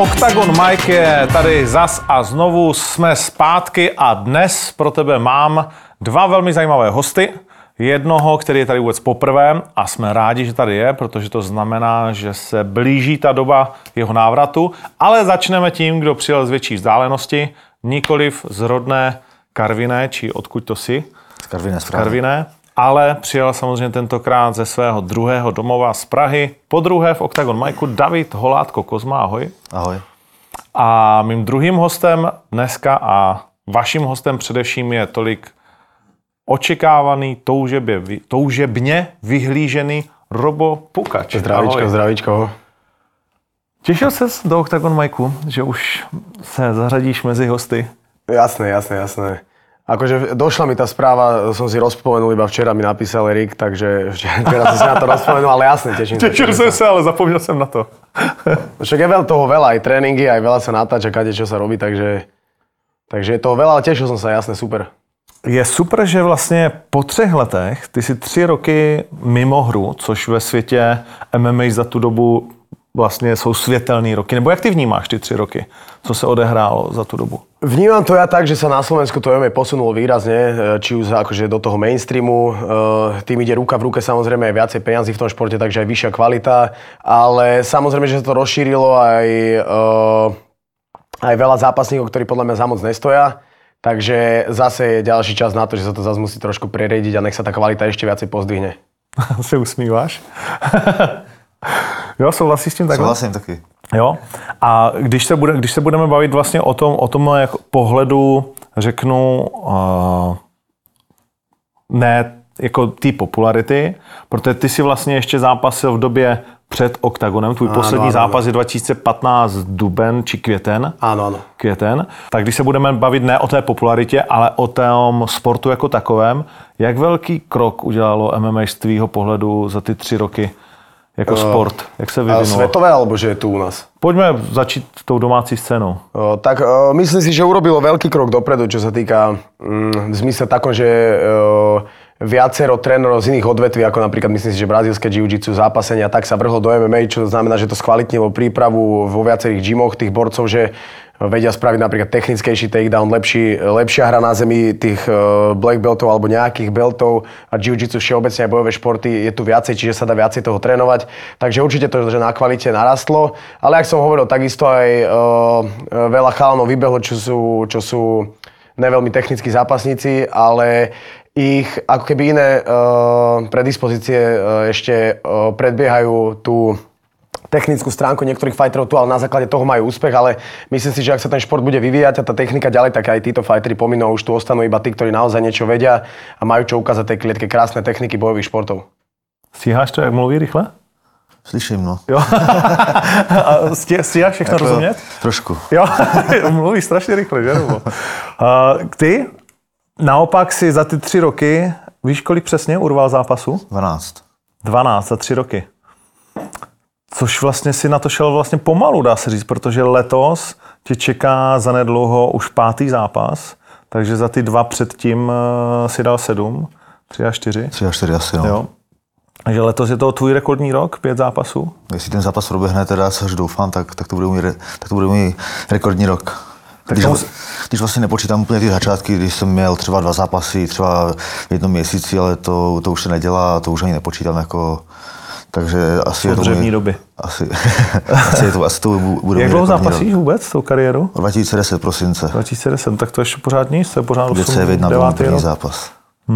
Octagon Mike je tady zas a znovu jsme zpátky a dnes pro tebe mám dva velmi zajímavé hosty. Jednoho, který je tady vůbec poprvé a jsme rádi, že tady je, protože to znamená, že se blíží ta doba jeho návratu, ale začneme tím, kdo přijel z větší vzdálenosti, nikoliv z rodné Karviné, či odkud to jsi? Z Karviné, ale přijel samozřejmě tentokrát ze svého druhého domova z Prahy, podruhé v Octagon Mikeu, David Holátko Kozma, ahoj. Ahoj. A mým druhým hostem dneska a vaším hostem především je tolik očekávaný, toužebně vyhlížený Robo Pukač. Zdravíčko. Těšil ses do Octagon Mikeu, že už se zařadíš mezi hosty? Jasné. Akože došla mi tá správa, som si rozpomenul, iba včera mi napísal Erik, takže včera som si na to rozpomenul, ale jasne, teším sa. Tešil som sa, ale zapomněl som na to. Však je toho veľa, aj tréningy, aj veľa sa natáča, kade čo sa robí, takže je toho veľa, ale tešil som sa, jasne, super. Je super, že vlastně po 3 letech, ty si 3 roky mimo hru, což ve světě MMA za tu dobu vlastně jsou světelný roky. Nebo jak ty vnímáš ty 3 roky? Co se odehrálo za tu dobu? Vnímam to ja tak, že sa na Slovensku to MMA posunulo výrazne, či už akože do toho mainstreamu. Tým ide ruka v ruke, samozrejme aj viacej peňazí v tom športe, takže aj vyššia kvalita. Ale samozrejme, že sa to rozšírilo aj veľa zápasníkov, ktorí podľa mňa za moc nestoja. Takže zase je ďalší čas na to, že sa to zase musí trošku preriediť a nech sa tá kvalita ešte viacej pozdvihne. Se usmíváš? Jo, souhlasíš s tím takhle? Souhlasím taky. Jo. A když se budeme bavit vlastně o tom jak pohledu, řeknu, ne jako té popularity, protože ty si vlastně ještě zápasil v době před Octagonem. Tvůj poslední zápas je 2015 duben či květen. Ano. Květen. Tak když se budeme bavit ne o té popularitě, ale o tom sportu jako takovém, jak velký krok udělalo MMA z tvýho pohledu za ty 3 roky jako sport? Jak se vyvinulo? Svetové, alebo že je tu u nás? Poďme začít tou domácí scénou. Tak myslím si, že urobilo veľký krok dopredu, čo sa týka v zmysle takom, že viacero trénerov z iných odvetví, ako napríklad myslím si, že brazílske jiu-jitsu, zápasenia, tak sa vrhlo do MMA, čo znamená, že to skvalitnilo prípravu vo viacerých gymoch tých borcov, že vedia spraviť napríklad technickejší takedown, lepšia hra na zemi tých black beltov alebo nejakých beltov a jiu-jitsu všeobecne aj bojové športy je tu viacej, čiže sa dá viacej toho trénovať. Takže určite to, že na kvalite narastlo, ale ak som hovoril, takisto aj veľa chalanov vybehlo, čo sú neveľmi technickí zápasníci, ale ich ako keby iné predispozície ešte predbiehajú tú technickú stránku niektorých fighterov tu, ale na základe toho majú úspech, ale myslím si, že ak sa ten šport bude vyvíjať a tá technika ďalej, tak aj títo fighteri pominú, už tu ostanú iba tí, ktorí naozaj niečo vedia a majú čo ukázať tej klietke krásne techniky bojových športov. Stíháš to, jak mluví rychle? Slyším, no. Jo. A stíháš všechno rozumět? Trošku. Jo, mluví strašně rychle, že? Ty naopak si za ty 3 roky, víš, kolik přesně urval zápasů? 12 za 3 roky. Což vlastně si na to šel vlastně pomalu, dá se říct, protože letos tě čeká zanedlouho už 5. zápas, takže za ty 2 předtím si dal 7, 3 a 4. 3 a 4 asi, no. Jo. Takže letos je to tvůj rekordní rok, 5 zápasů? Jestli ten zápas proběhne, teda až doufám, tak to bude můj rekordní rok. Když vlastně nepočítám úplně ty začátky, když jsem měl třeba 2 zápasy, třeba v 1 měsíci, ale to už se nedělá a to už ani nepočítám jako... Takže asi je to dřevní doby. Asi to bude. Jak dlouho zápasíš vůbec tou kariéru? 2010 prosince. 2010, tak to ještě pořád nic, to je pořád 8. GCF1 byl první zápas.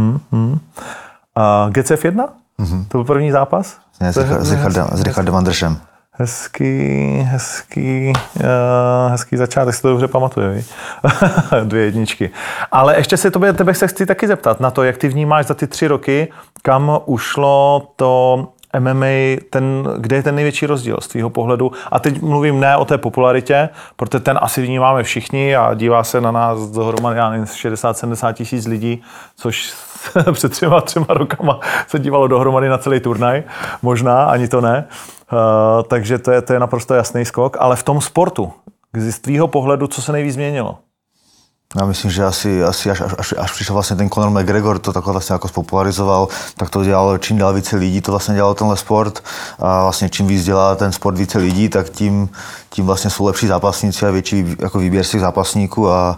A GCF1? To byl první zápas? Ne, s Richardem Andršem. Hezký začátek, si to dobře pamatuje, víš? 2 jedničky. Ale ještě se tebe se chci taky zeptat na to, jak ty vnímáš za ty 3 roky, kam ušlo to MMA, kde je ten největší rozdíl z tvýho pohledu? A teď mluvím ne o té popularitě, protože ten asi vnímáme všichni a dívá se na nás dohromady 60-70 tisíc lidí, což před 3 rokama se dívalo dohromady na celý turnaj, možná, ani to ne. Takže to je naprosto jasný skok. Ale v tom sportu, z tvýho pohledu, co se nejvíc změnilo? Já myslím, že asi až přišel vlastně ten Conor McGregor, to takhle vlastně jako spopularizoval, tak to dělalo čím dál více lidí, to vlastně dělalo tenhle sport a vlastně čím víc dělá ten sport více lidí, tak tím vlastně jsou lepší zápasníci a větší jako výběr z těch zápasníků a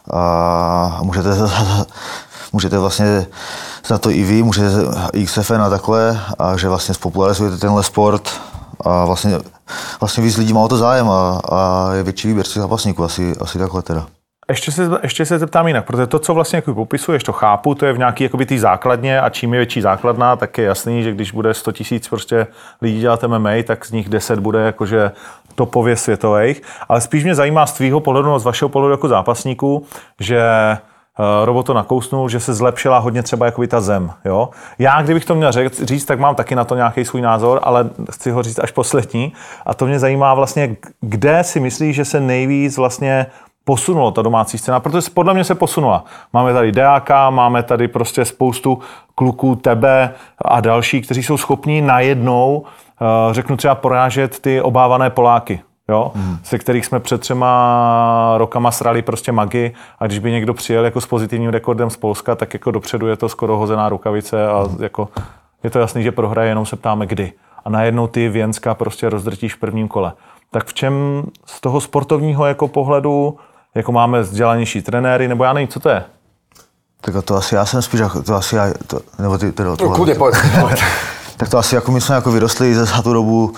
můžete vlastně za to i vy, můžete XFN a takhle, a že vlastně spopularizujete tenhle sport a vlastně víc lidí má o to zájem a je větší výběr z těch zápasníků, asi takhle teda. Ještě se zeptám jinak, protože to, co vlastně jako popisuješ, to chápu, to je v nějaký jakoby té základně a čím je větší základna, tak je jasný, že když bude 100 000 prostě lidí dělat MMA, tak z nich 10 bude jakože topově světových. Ale spíš mě zajímá z tvýho pohledu, z vašeho pohledu jako zápasníků, že Robo to nakousnul, že se zlepšila hodně třeba jakoby ta zem, jo. Já, kdybych to měl říct, tak mám taky na to nějaký svůj názor, ale chci ho říct až poslední. A to mě zajímá vlastně, kde si myslíš, že se nejvíc vlastně posunulo ta domácí scéna, protože podle mě se posunula. Máme tady Deáka, máme tady prostě spoustu kluků, tebe a další, kteří jsou schopní najednou, řeknu třeba, porážet ty obávané Poláky. Jo? Se kterých jsme před 3 rokama srali prostě magy a když by někdo přijel jako s pozitivním rekordem z Polska, tak jako dopředu je to skoro hozená rukavice a jako je to jasný, že prohraje, jenom se ptáme kdy. A najednou ty Věnska prostě rozdrtíš v prvním kole. Tak v čem z toho sportovního jako pohledu jako máme vzdělanější trenéry, nebo já nevím, co to je? Tak to asi já jsem spíš, to asi já, nebo ty teda... Kludně, pojď. Tak to asi jako my jsme jako vyrostli za tu dobu,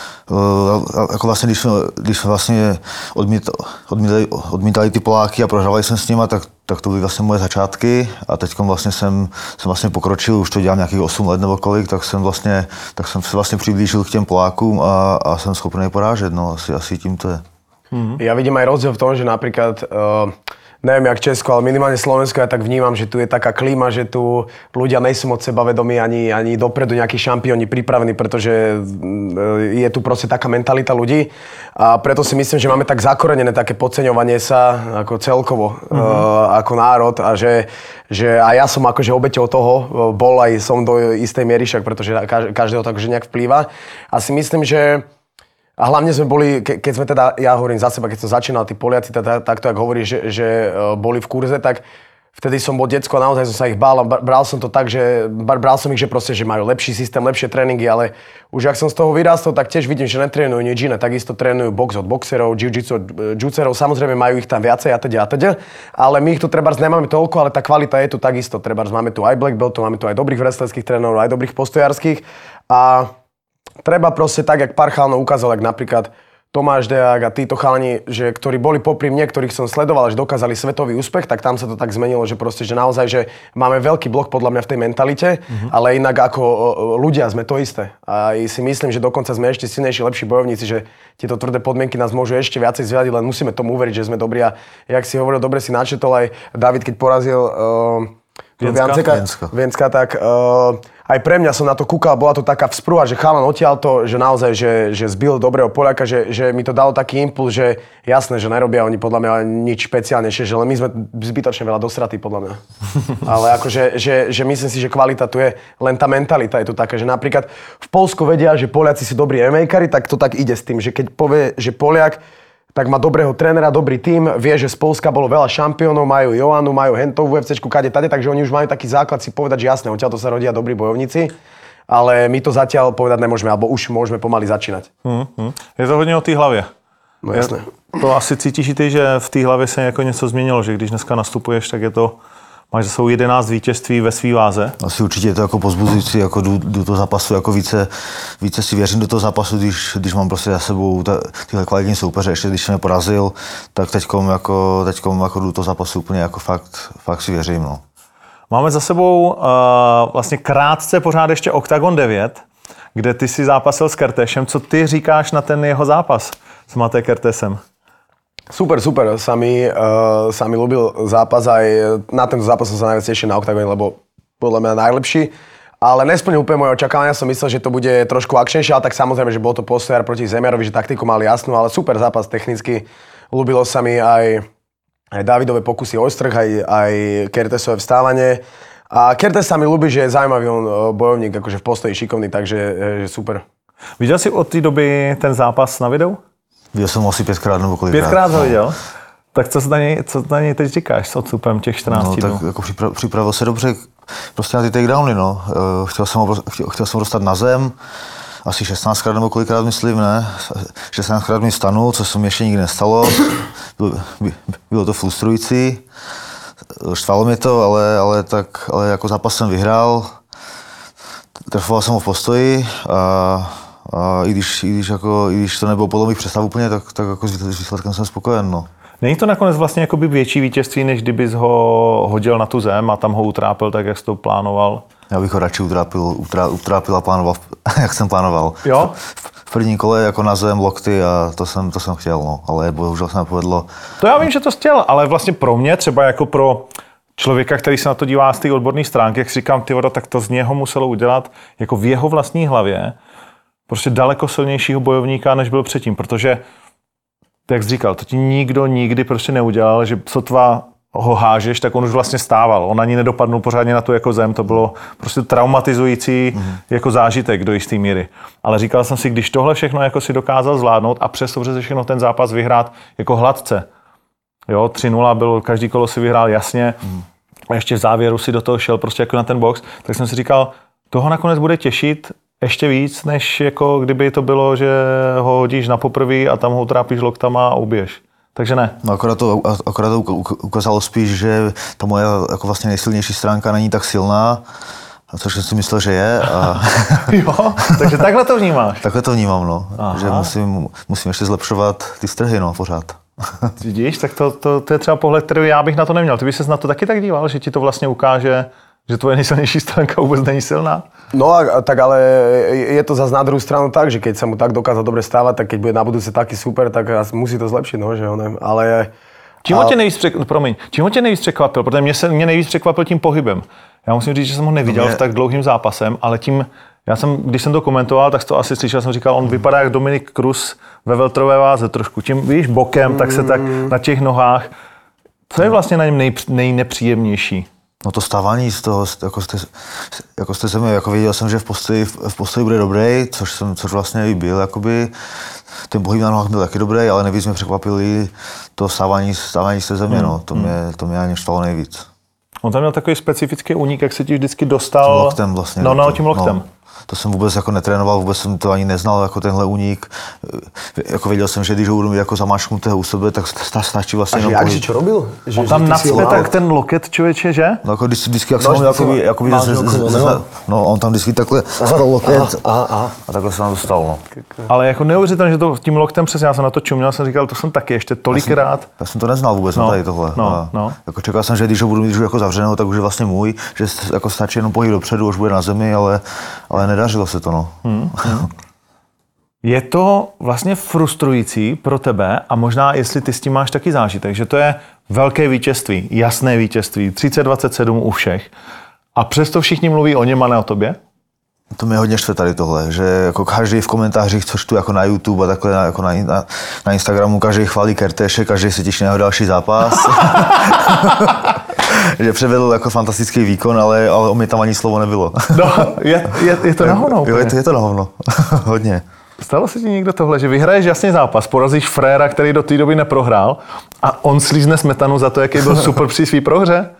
jako vlastně, když jsme vlastně odmítali ty Poláky a prohrávali jsem s nima, tak to byly vlastně moje začátky a teď vlastně jsem vlastně pokročil, už to dělám nějakých 8 let nebo kolik, tak jsem se vlastně přiblížil k těm Polákům a jsem schopný je porážet, no asi tím to je. Ja vidím aj rozdiel v tom, že napríklad, neviem jak Česko, ale minimálne Slovensko, ja tak vnímam, že tu je taká klíma, že tu ľudia nejsú moc sebavedomí ani dopredu nejakí šampióni pripravení, pretože je tu proste taká mentalita ľudí a preto si myslím, že máme tak zakorenené také podceňovanie sa ako celkovo, ako národ a že a ja som akože obeťou toho bol aj som do istej miery však, pretože každého tak že nejak vplýva a si myslím, že a hlavne sme boli, keď sme teda, ja hovorím za seba, keď som začínal, tí Poliaci, takto, jak hovoríš, že boli v kurze, tak vtedy som bol decko a naozaj som sa ich bál a bral som to tak, že bral som ich, že proste, že majú lepší systém, lepšie tréningy, ale už ak som z toho vyrástol, tak tiež vidím, že netrénujú nič iné. Takisto trénujú box od boxerov, jiu-jitsu od jucerov, samozrejme majú ich tam viacej a teda. Ale my ich tu trebárs nemáme toľko, ale tá kvalita je tu takisto. Trebárs máme tu aj black beltov, máme tu aj dobrých wrestlerských trénerov, aj dobrých postojárskych a treba proste tak, jak pár chalanov ukázal, jak napríklad Tomáš Deák a títo chalani, že ktorí boli popri mne, ktorých som sledoval, že dokázali svetový úspech, tak tam sa to tak zmenilo, že proste, že naozaj, že máme veľký blok podľa mňa v tej mentalite, ale inak ako ľudia sme to isté. A si myslím, že dokonca sme ešte silnejší, lepší bojovníci, že tieto tvrdé podmienky nás môžu ešte viacej zviadiť, len musíme tomu uveriť, že sme dobrí. A jak si hovoril, dobre si načetol aj David, keď porazil Vienska, tak aj pre mňa som na to kúkal, bola to taká vzprúha, že chalan odtiaľto, že naozaj, že zbil dobrého Poliaka, že mi to dalo taký impuls, že jasné, že nerobia oni podľa mňa nič špeciálnejšie, že len my sme zbytočne veľa dosratí podľa mňa. Ale akože, že myslím si, že kvalita tu je, len tá mentalita je tu taká, že napríklad v Poľsku vedia, že Poliaci sú dobrí MMA-kari, tak to tak ide s tým, že keď povie, že Poliak tak má dobrého trénera, dobrý tím, vie, že z Polska bolo veľa šampiónov, majú Joanu, majú Hentovú UFCčku, kade, takže oni už majú taký základ si povedať, že jasné, odtiaľto sa rodia dobrí bojovníci, ale my to zatiaľ povedať nemôžeme, alebo už môžeme pomaly začínať. Je to hodně o té hlavě. No jasné. To asi cítíš i ty, že v té hlavě se jako něco změnilo, že když dneska nastupuješ, tak je to, máš za sebou 11 vítězství ve svý váze. Asi určitě je to jako pozbuzující, jako jdu toho zápasu, jako více si věřím do toho zápasu, když mám prostě za sebou tyhle kvalitní soupeře, ještě když jsem je porazil, tak teďkom jako jdu toho zápasu úplně jako fakt si věřím, no. Máme za sebou vlastně krátce pořád ještě Octagon 9, kde ty si zápasil s Kertéšem. Co ty říkáš na ten jeho zápas s Matej Kertésem? Super, sa mi ľúbil zápas, aj na tento zápas som sa najviac tešil na Octagone, lebo podľa mňa najlepší. Ale nesplnil úplne moje očakávania, som myslel, že to bude trošku akčnejšie, ale tak samozrejme, že bol to postojár proti Zemiarovi, že taktiku mali jasnú, ale super zápas technicky. Ľúbilo sa mi aj Davidové pokusy o strh, aj Kertésové vstávanie. A Kertés sa mi ľúbi, že je zaujímavý on bojovník, akože v postoji šikovný, takže super. Viděl jsi od té doby ten zápas na videu? Viděl jsem ho asi 5krát nebo kolikrát. 5krát ho viděl? Tak co na něj teď říkáš s odstupem těch 14 dnů? Tak jako připravil se dobře prostě na ty takedowny, no. Chtěl jsem ho dostat na zem, asi 16krát nebo kolikrát myslím, ne? 16krát mi stanul, co se mi ještě nikdy nestalo. Bylo to frustrující. Štvalo mě to, ale jako zápas jsem vyhrál. Trefoval jsem ho v postoji a i když to nebylo podle mých představ úplně, tak jako s výsledkem jsem spokojen, no. Není to nakonec vlastně jakoby větší vítězství, než kdybys ho hodil na tu zem a tam ho utrápil tak, jak jsi to plánoval? Já bych ho radši utrápil a plánoval, jak jsem plánoval. Jo? V prvním kole jako na zem, lokty a to jsem chtěl, no. Ale bohužel se nepovedlo. To já vím, že to chtěl, ale vlastně pro mě, třeba jako pro člověka, který se na to dívá z té odborné stránky, jak si říkám, tak to z něho muselo udělat jako v jeho vlastní hlavě prostě daleko silnějšího bojovníka, než byl předtím, protože jak jsi říkal, to ti nikdo nikdy prostě neudělal, že sotva ho hážeš, tak on už vlastně stával. On ani nedopadnul pořádně na tu jako zem, to bylo prostě traumatizující jako zážitek do jisté míry. Ale říkal jsem si, když tohle všechno jako si dokázal zvládnout a přesto přes všechno ten zápas vyhrát jako hladce. Jo, 3-0 byl, každý kolo si vyhrál jasně a ještě v závěru si do toho šel prostě jako na ten box, tak jsem si říkal, toho nakonec bude těšit ještě víc, než jako kdyby to bylo, že ho hodíš na poprví a tam ho trápíš loktama a ubiješ. Takže ne. No akorát to ukázalo spíš, že ta moje jako vlastně nejsilnější stránka není tak silná, což jsem si myslel, že je. A jo, takže takhle to vnímáš. Takhle to vnímám, no. Aha. Že musím ještě zlepšovat ty strhy, no, pořád. Vidíš, tak to je třeba pohled, který já bych na to neměl. Ty bys se na to taky tak díval, že ti to vlastně ukáže, že tvoje nejsilnější stránka vůbec není silná? No tak ale je to zase na druhou stranu tak, že keď sa mu tak dokázal dobre stávať, tak keď bude na budúce taký super, tak musí to zlepšiť, no, že on, ale... Čím ho tě nejvíc překvapil? Protože mě nejvíc překvapil tím pohybem. Já musím říct, že jsem ho neviděl v tak dlouhým zápasem, ale tím, když jsem to komentoval, tak to asi slyšel, jsem říkal, on vypadá jak Dominik Cruz ve welterové váze trošku. Tím, víš, bokem, tak se tak na těch nohách. Co je vlastně na něm nejnepříjemnější? No to stávání z toho, jako z té země, jako věděl jsem, že v postoji bude dobrý, což vlastně i byl, jakoby. Ten pohyb na nohách byl taky dobrý, ale nejvíc mě překvapili to stávání z té země, no. To mě ani štvalo nejvíc. On tam měl takový specifický únik, jak se ti vždycky dostal... Tím loktem vlastně. Tím loktem. No. To jsem vůbec jako netrénoval, vůbec jsem to ani neznal, jako tenhle únik. Jako věděl jsem, že když ho budu mít jako zamáčknutého u sebe, tak stačí vlastně jenom pohyb. A čo robil? On tam nadspěl tak ten loket, člověče, že? No jako vždycky, jak jsem ho jakoby no on tam vždycky takhle stal loket a takhle se nám dostal, no. Ale jako neuvěřitelně, že to tím loktem přesně, já jsem na to čuměl, jsem říkal, to jsem taky ještě tolikrát. Já jsem to neznal vůbec, tady tohle. Jako čekal jsem, že když ho budu mít jako zavřenou, tak už je vlastně můj, že jako stačí jenom pohyb dopředu, už bude na zemi, ale nedařilo se to, no. Je to vlastně frustrující pro tebe a možná, jestli ty s tím máš taky zážitek, že to je velké vítězství, jasné vítězství, 30-27 u všech a přesto všichni mluví o něm a ne o tobě? To mě hodně štve tady tohle, že jako každý v komentářích, což tu jako na YouTube a takhle jako na Instagramu, každý chválí Kertéše, každý se těší na jeho další zápas. Že předvedl jako fantastický výkon, ale o mě tam ani slovo nebylo. No, je to na hovno. Je to na hovno. Hodně. Stalo se ti někdo tohle, že vyhraješ jasně zápas, porazíš fréra, který do té doby neprohrál a on slízne smetanu za to, jaký byl super při svý prohře?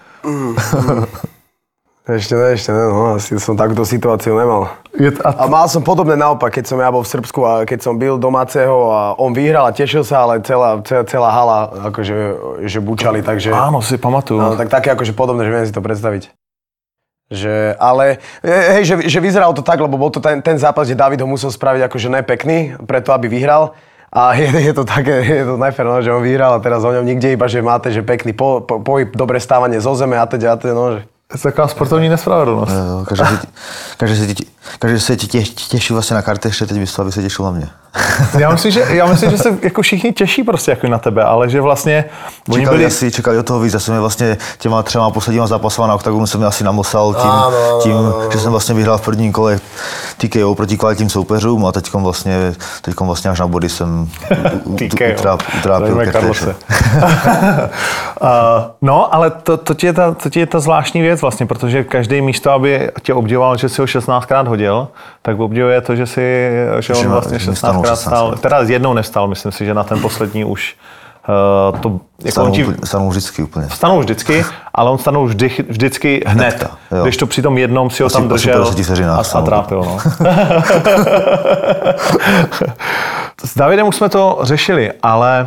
Ešte ne, no, asi som takúto situáciu nemal. A mal som podobné naopak, keď som ja bol v Srbsku a keď som byl domáceho a on vyhral a tešil sa, ale celá hala akože že bučali, takže... Áno, si pamatuju. No, tak také akože podobné, že viem si to predstaviť. Ale že vyzeralo to tak, lebo bol to ten zápas, kde David ho musel spraviť akože nepekný, preto aby vyhral. A je to také, je to najfér, že on vyhral a teraz o ňom nikde iba, že máte, že pekný pohyb, dobré stávanie zo zeme a teď, no, že... To je taková sportovní nespravedlnost. Každý se těší vlastně na Kertéše, teď bys to, aby se těšil na mě. Já myslím, že se jako všichni těší prostě jako na tebe, ale že vlastně... Čekali od toho víc, já jsem je vlastně těma 3 posledníma zápasama na oktagonu jsem je asi namlsal tím, že jsem vlastně vyhrál v prvním kole TKO proti kvalitním soupeřům a teďkom vlastně až na body jsem utrápil Kertéše. No, ale to ti je ta zvláštní věc vlastně, protože každý místo, aby tě obdivoval, že si ho 16krát hodil, tak obdivuje to, že on vlastně 16krát stál. Teda jednou nevstal, myslím si, že na ten poslední už Stanou vždycky úplně. Stanou vždycky, ale on stanou vždycky hned. Když to při tom jednom si ho tam držel a trápil. No. S Davidem už jsme to řešili, ale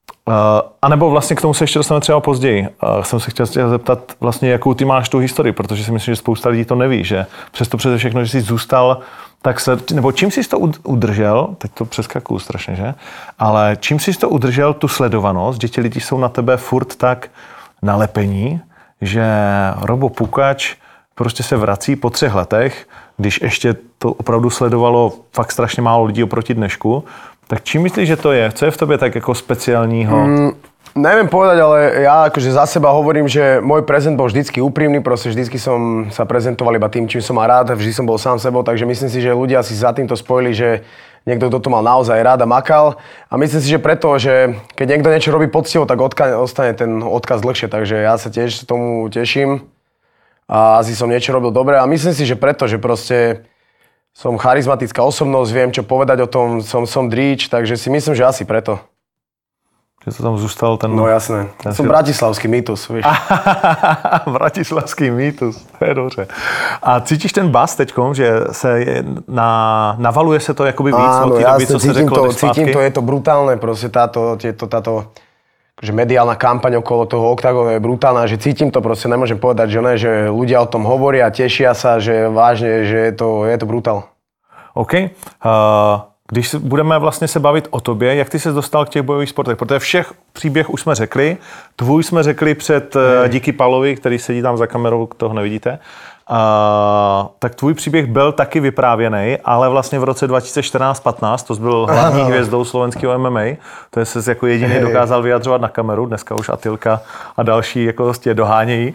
a nebo vlastně k tomu se ještě dostaneme třeba později. Jsem se chtěl zeptat vlastně, jakou ty máš tu historii, protože si myslím, že spousta lidí to neví, že přesto přeze všechno, že jsi zůstal, tak nebo čím jsi to udržel, teď to přeskakuju strašně, že? Ale čím jsi to udržel, tu sledovanost, že ti lidi jsou na tebe furt tak nalepení, že Robo Pukač prostě se vrací po 3 letech, když ještě to opravdu sledovalo fakt strašně málo lidí oproti dnešku. Tak čím myslíš, že to je? Co je v tobě tak jako speciálního? Neviem povedať, ale ja akože za seba hovorím, že môj prezent bol vždycky úprimný, proste vždycky som sa prezentoval iba tým, čím som mal rád, vždy som bol sám sebou, takže myslím si, že ľudia si za týmto spojili, že niekto, kto to mal naozaj rád a makal. A myslím si, že preto, že keď niekto niečo robí poctivo, tak ostane ten odkaz dlhšie, takže ja sa tiež tomu teším a asi som niečo robil dobre a myslím si, že preto, že proste som charizmatická osobnosť, viem čo povedať o tom, som dríč, takže si myslím, že asi preto. Že to tam zůstal ten... No jasné. Som bratislavský mýtus, víš. Bratislavský mýtus, to je dobře. A cítíš ten bas teďkom, že se navaluje se to jakoby víc od té doby, co se řeklo cítim to, je to brutálne, proste táto že mediálna kampaň okolo toho Oktagonu je brutálna, že cítim to, proste nemôžem povedať, že ne, že ľudia o tom hovoria, tešia sa, že vážne, že je to brutál. OK. Když budeme vlastně se bavit o tobě, jak ty se dostal k těch bojových sportech? Protože všech příběh už jsme řekli, tvůj jsme řekli před díky Palovi, který sedí tam za kamerou, toho nevidíte. Tak tvůj příběh byl taky vyprávěný, ale vlastně v roce 2014-15, to byl hlavní hvězdou slovenského MMA, to je se jako jediný dokázal vyjadřovat na kameru, dneska už Atilka a další jako tě dohánějí.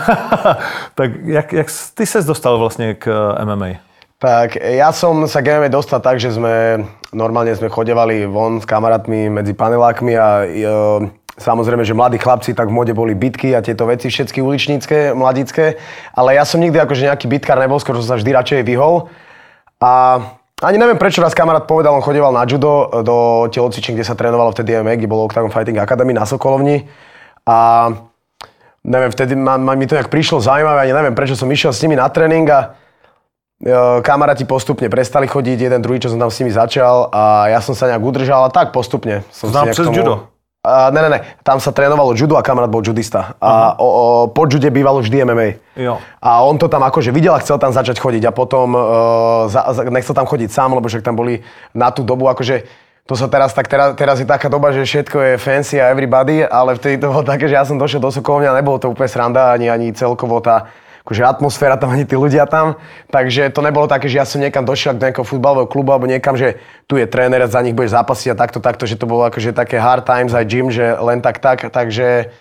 Tak jak ty ses dostal vlastně k MMA? Tak ja som sa k MMA dostal tak, že sme chodevali von s kamarátmi medzi panelákmi a samozrejme, že mladí chlapci, tak v mode boli bitky a tieto veci všetky uličnícke, mladícke, ale ja som nikdy akože nejaký bitkár nebol, skôr som sa vždy radšej vyhol. A ani neviem, prečo raz kamarát povedal, on chodieval na judo do telocvične, kde sa trénovalo vtedy MMA, kde bolo Octagon Fighting Academy na Sokolovni. A neviem, vtedy mi to nejak prišlo zaujímavé, ani neviem, prečo som išiel s nimi na tréning a kamaráti postupne prestali chodiť, jeden, druhý, čo som tam s nimi začal a ja som sa nejak udržal a tak postupne. Znám přes judo? Ne. Tam sa trénovalo judo a kamarát bol judista. A po jude bývalo vždy MMA. Jo. A on to tam akože videl a chcel tam začať chodiť a potom nechcel tam chodiť sám, lebo však tam boli na tú dobu akože to sa teraz je taká doba, že všetko je fancy a everybody, ale vtedy to bolo také, že ja som došiel do Sokolovne a nebolo to úplne sranda ani celkovo tá akože atmosféra tam, ani tí ľudia tam. Takže to nebolo také, že ja som niekam došiel do nejakého futbalového klubu alebo niekam, že tu je tréner, za nich budeš zápasiť a takto, že to bolo akože také hard times aj gym, že len tak. Takže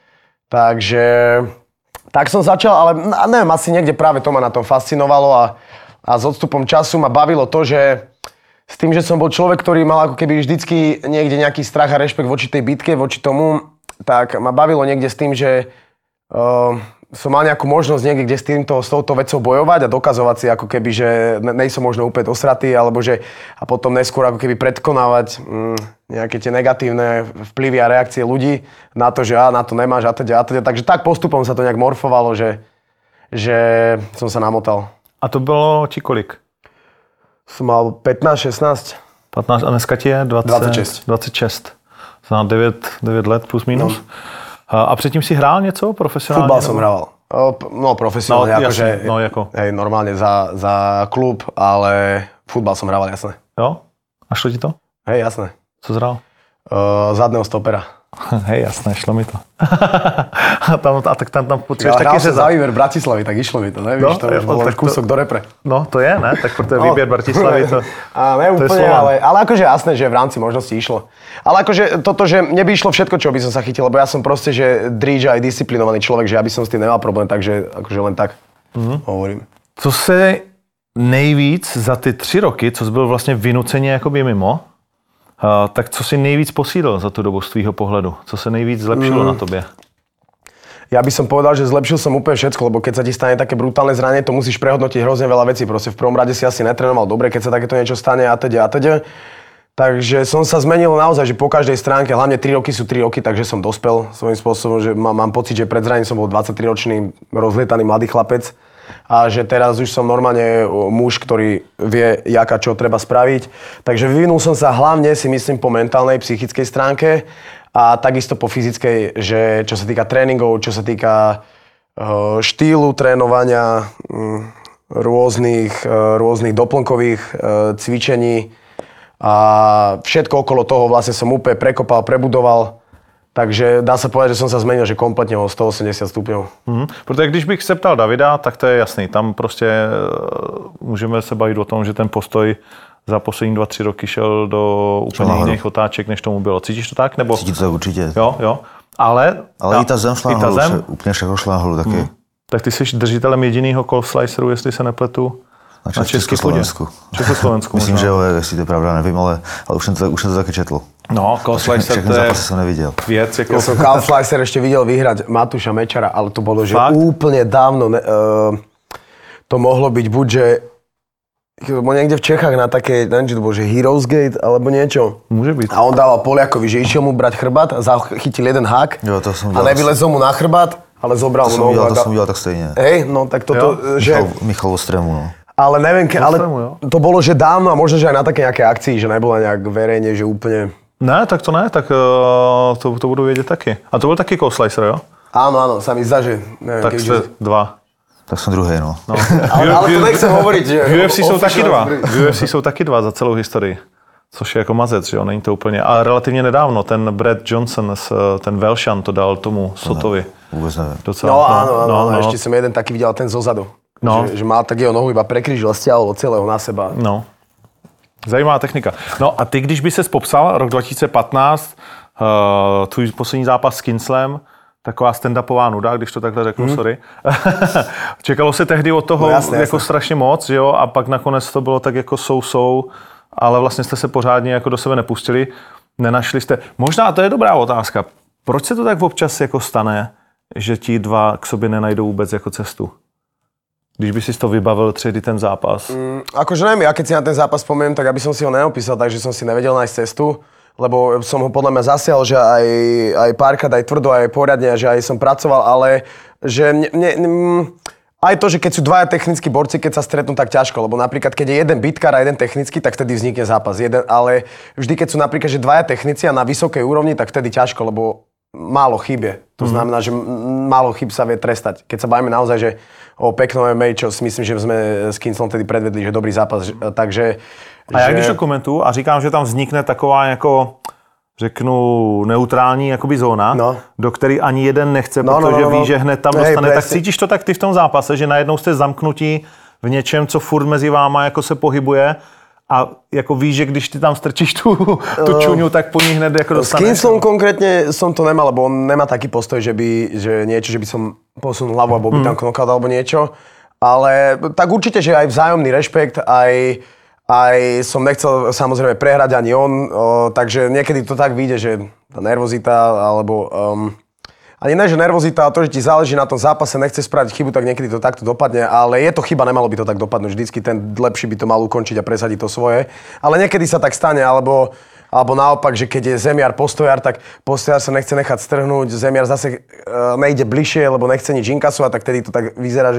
tak som začal, ale neviem, asi niekde práve to ma na tom fascinovalo a s odstupom času ma bavilo to, že s tým, že som bol človek, ktorý mal ako keby vždycky niekde nejaký strach a rešpekt voči tej bitke, voči tomu, tak ma bavilo niekde s tým, že som mal nejakú možnosť niekde, kde s touto vecou bojovať a dokazovať si ako keby, že nejsem možno úplne osratý, alebo že a potom neskôr ako keby predkonávať nejaké tie negatívne vplyvy a reakcie ľudí na to, že na to nemáš a teda. Takže tak postupom sa to nejak morfovalo, že som sa namotal. A to bylo ti kolik? Som mal 15, 16. 15 a dneska ti je 26. Za 9 let plus minus. No. A předtím si hrál něco profesionálně? Futbal som hrával. No profesionálne, Hej, normálne za klub, ale futbal som hrával, jasné. Jo? A šlo ti to? Hej, jasné. Co jsi hrál? Zadného stopera. Hej, jasné, šlo mi to. tam potřebuješ taky řezat. Ja hral som za výber Bratislavy, tak išlo mi to, ne? Víš, to už bolo kúsok do repre. No, to je, ne? Tak proto je výber Bratislavy to... A ne úplne, ale akože jasné, že v rámci možností išlo. Ale akože toto, že mne by išlo všetko, čo by som sa chytil, lebo ja som proste, že dríž aj disciplinovaný človek, že ja by som s tým nemal problém, takže akože len tak hovorím. Co se nejvíc za ty 3 roky, co jsi byl vlastně vynuceně jakoby mimo, tak co si nejvíc posílil za tu dobu z tvýho pohledu? Co se nejvíc zlepšilo na tobě? Ja by som povedal, že zlepšil som úplne všetko, lebo keď sa ti stane také brutálne zranenie, to musíš prehodnotiť hrozne veľa vecí. Proste v prvom rade si asi netrénoval dobre, keď sa takéto niečo stane a teda. Takže som sa zmenil naozaj, že po každej stránke, hlavne 3 roky sú 3 roky, takže som dospel svojím spôsobom, že mám pocit, že pred zraním som bol 23-ročný rozlietaný mladý chlapec a že teraz už som normálne muž, ktorý vie, jaká čo treba spraviť. Takže vyvinul som sa hlavne, si myslím, po mentálnej, psychickej stránke a takisto po fyzickej, že čo sa týka tréningov, čo sa týka štýlu trénovania, rôznych doplnkových cvičení a všetko okolo toho vlastne som úplne prekopal, prebudoval. Takže dá se povedať, že jsem se zmenil, že kompletně o 180 stupňů. Protože když bych se ptal Davida, tak to je jasný. Tam prostě můžeme se bavit o tom, že ten postoj za poslední 2-3 roky šel do úplně jiných otáček, než tomu bylo. Cítíš to tak? Nebo... Cítím to určitě. Jo. Ale i ta zem šla nahoru, úplně všechno šla nahoru taky. Tak ty jsi držitelem jedinýho Cold Sliceru, jestli se nepletu, na Československu. Československu myslím, že jo, jestli to je pravda, nevím, ale už jsem to taky četl. No, Cold Slicer všechny zápasy jsem neviděl. Věc, jako... Ja som Cold Slicer ešte videl vyhrať Matúša Mečara, ale to bolo, že Fakt? úplne dávno. To mohlo byť buď, že niekde v Čechách na také, neviem, či to bolo, že Heroes Gate, alebo niečo. Môže byť. A on dával Poliakovi, že išiel mu brať chrbát a zachytil jeden hák. Jo, to som a nevylezol mu na chrbát, ale zobral mu nohu. To som videl tak stejne. Hej, no tak toto, že... Michal Ostrému, no. Ale neviem, ale to bolo, že dávno a možno, že aj na také nejaké akcii, že nebola nejak verejne, že úplne... Ne, tak to ne, tak to budu vědět taky. A to byl taky Cold Slicer, jo? Áno, sa mi zdá, že... Neviem, tak jste 2. Tak jsem druhý, no. ale to nechcem hovoriť, že... V UFC jsou taky 2. V UFC jsou taky 2 za celou historii. Což je jako mazec, že jo, není to úplně. A relativně nedávno ten Brad Johnson, ten Welshman to dal tomu Sotovi. Vůbec nevím. Docela, no. Ešte som jeden taký videl, ten zozadu. No. Že mal tak jeho nohu iba prekryžil a stiahol od celého na seba. No. Zajímavá technika. No a ty, když by ses popsal rok 2015, tvůj poslední zápas s Kinslem, taková stand-upová nuda, když to takhle řeknu, sorry. Čekalo se tehdy od toho jasně. Strašně moc, že jo, a pak nakonec to bylo tak jako so, ale vlastně jste se pořádně jako do sebe nepustili, nenašli jste. Možná to je dobrá otázka. Proč se to tak občas jako stane, že ti dva k sobě nenajdou vůbec jako cestu? Když by si to vybavil tředy ten zápas? Akože neviem, ja keď si na ten zápas spomínam, tak aby som si ho neopísal, takže som si nevedel nájsť cestu, lebo som ho podľa mňa zasial, že aj párkrát, aj tvrdo, aj poriadne, že aj som pracoval, ale že aj to, že keď sú dvaja technickí borci, keď sa stretnú, tak ťažko, lebo napríklad keď je jeden bitkár a jeden technický, tak vtedy vznikne zápas. Ale vždy, keď sú napríklad že dvaja technici a na vysokej úrovni, tak vtedy ťažko, lebo málo chybie. To znamená, že málo chyb sa vie trestať. Keď sa bavíme naozaj, že o peknom MMA, čo si myslím, že sme s Kinslom tedy predvedli, že dobrý zápas. Takže... A já když to komentuju a říkám, že tam vznikne taková jako, řeknu, neutrální jakoby zóna, do které ani jeden nechce, protože ví, že hned tam dostane. Tak cítíš to tak ty v tom zápase, že najednou jste zamknutí v něčem, co furt mezi váma jako se pohybuje a jako víš, že když ty tam strčíš tu čuňu, tak po ní hned jako dostaneš. S Kinslom konkrétne som to nemal, lebo on nemá taký postoj, že by som posunul hlavu alebo by tam knockout alebo niečo. Ale tak určite, že aj vzájomný rešpekt, aj som nechcel samozrejme prehrať ani on, takže niekedy to tak vyjde, že tá nervozita alebo... Ani ne, že nervozita, ale to, že ti záleží na tom zápase, nechceš spraviť chybu, tak niekedy to takto dopadne, ale je to chyba, nemalo by to tak dopadnúť. Vždycky ten lepší by to mal ukončiť a presadiť to svoje. Ale niekedy sa tak stane, alebo naopak, že keď je zemiar postojar, tak postojar sa nechce nechať strhnúť, zemiar zase nejde bližšie, lebo nechce nič inkasovať, tak tedy to tak vyzerá,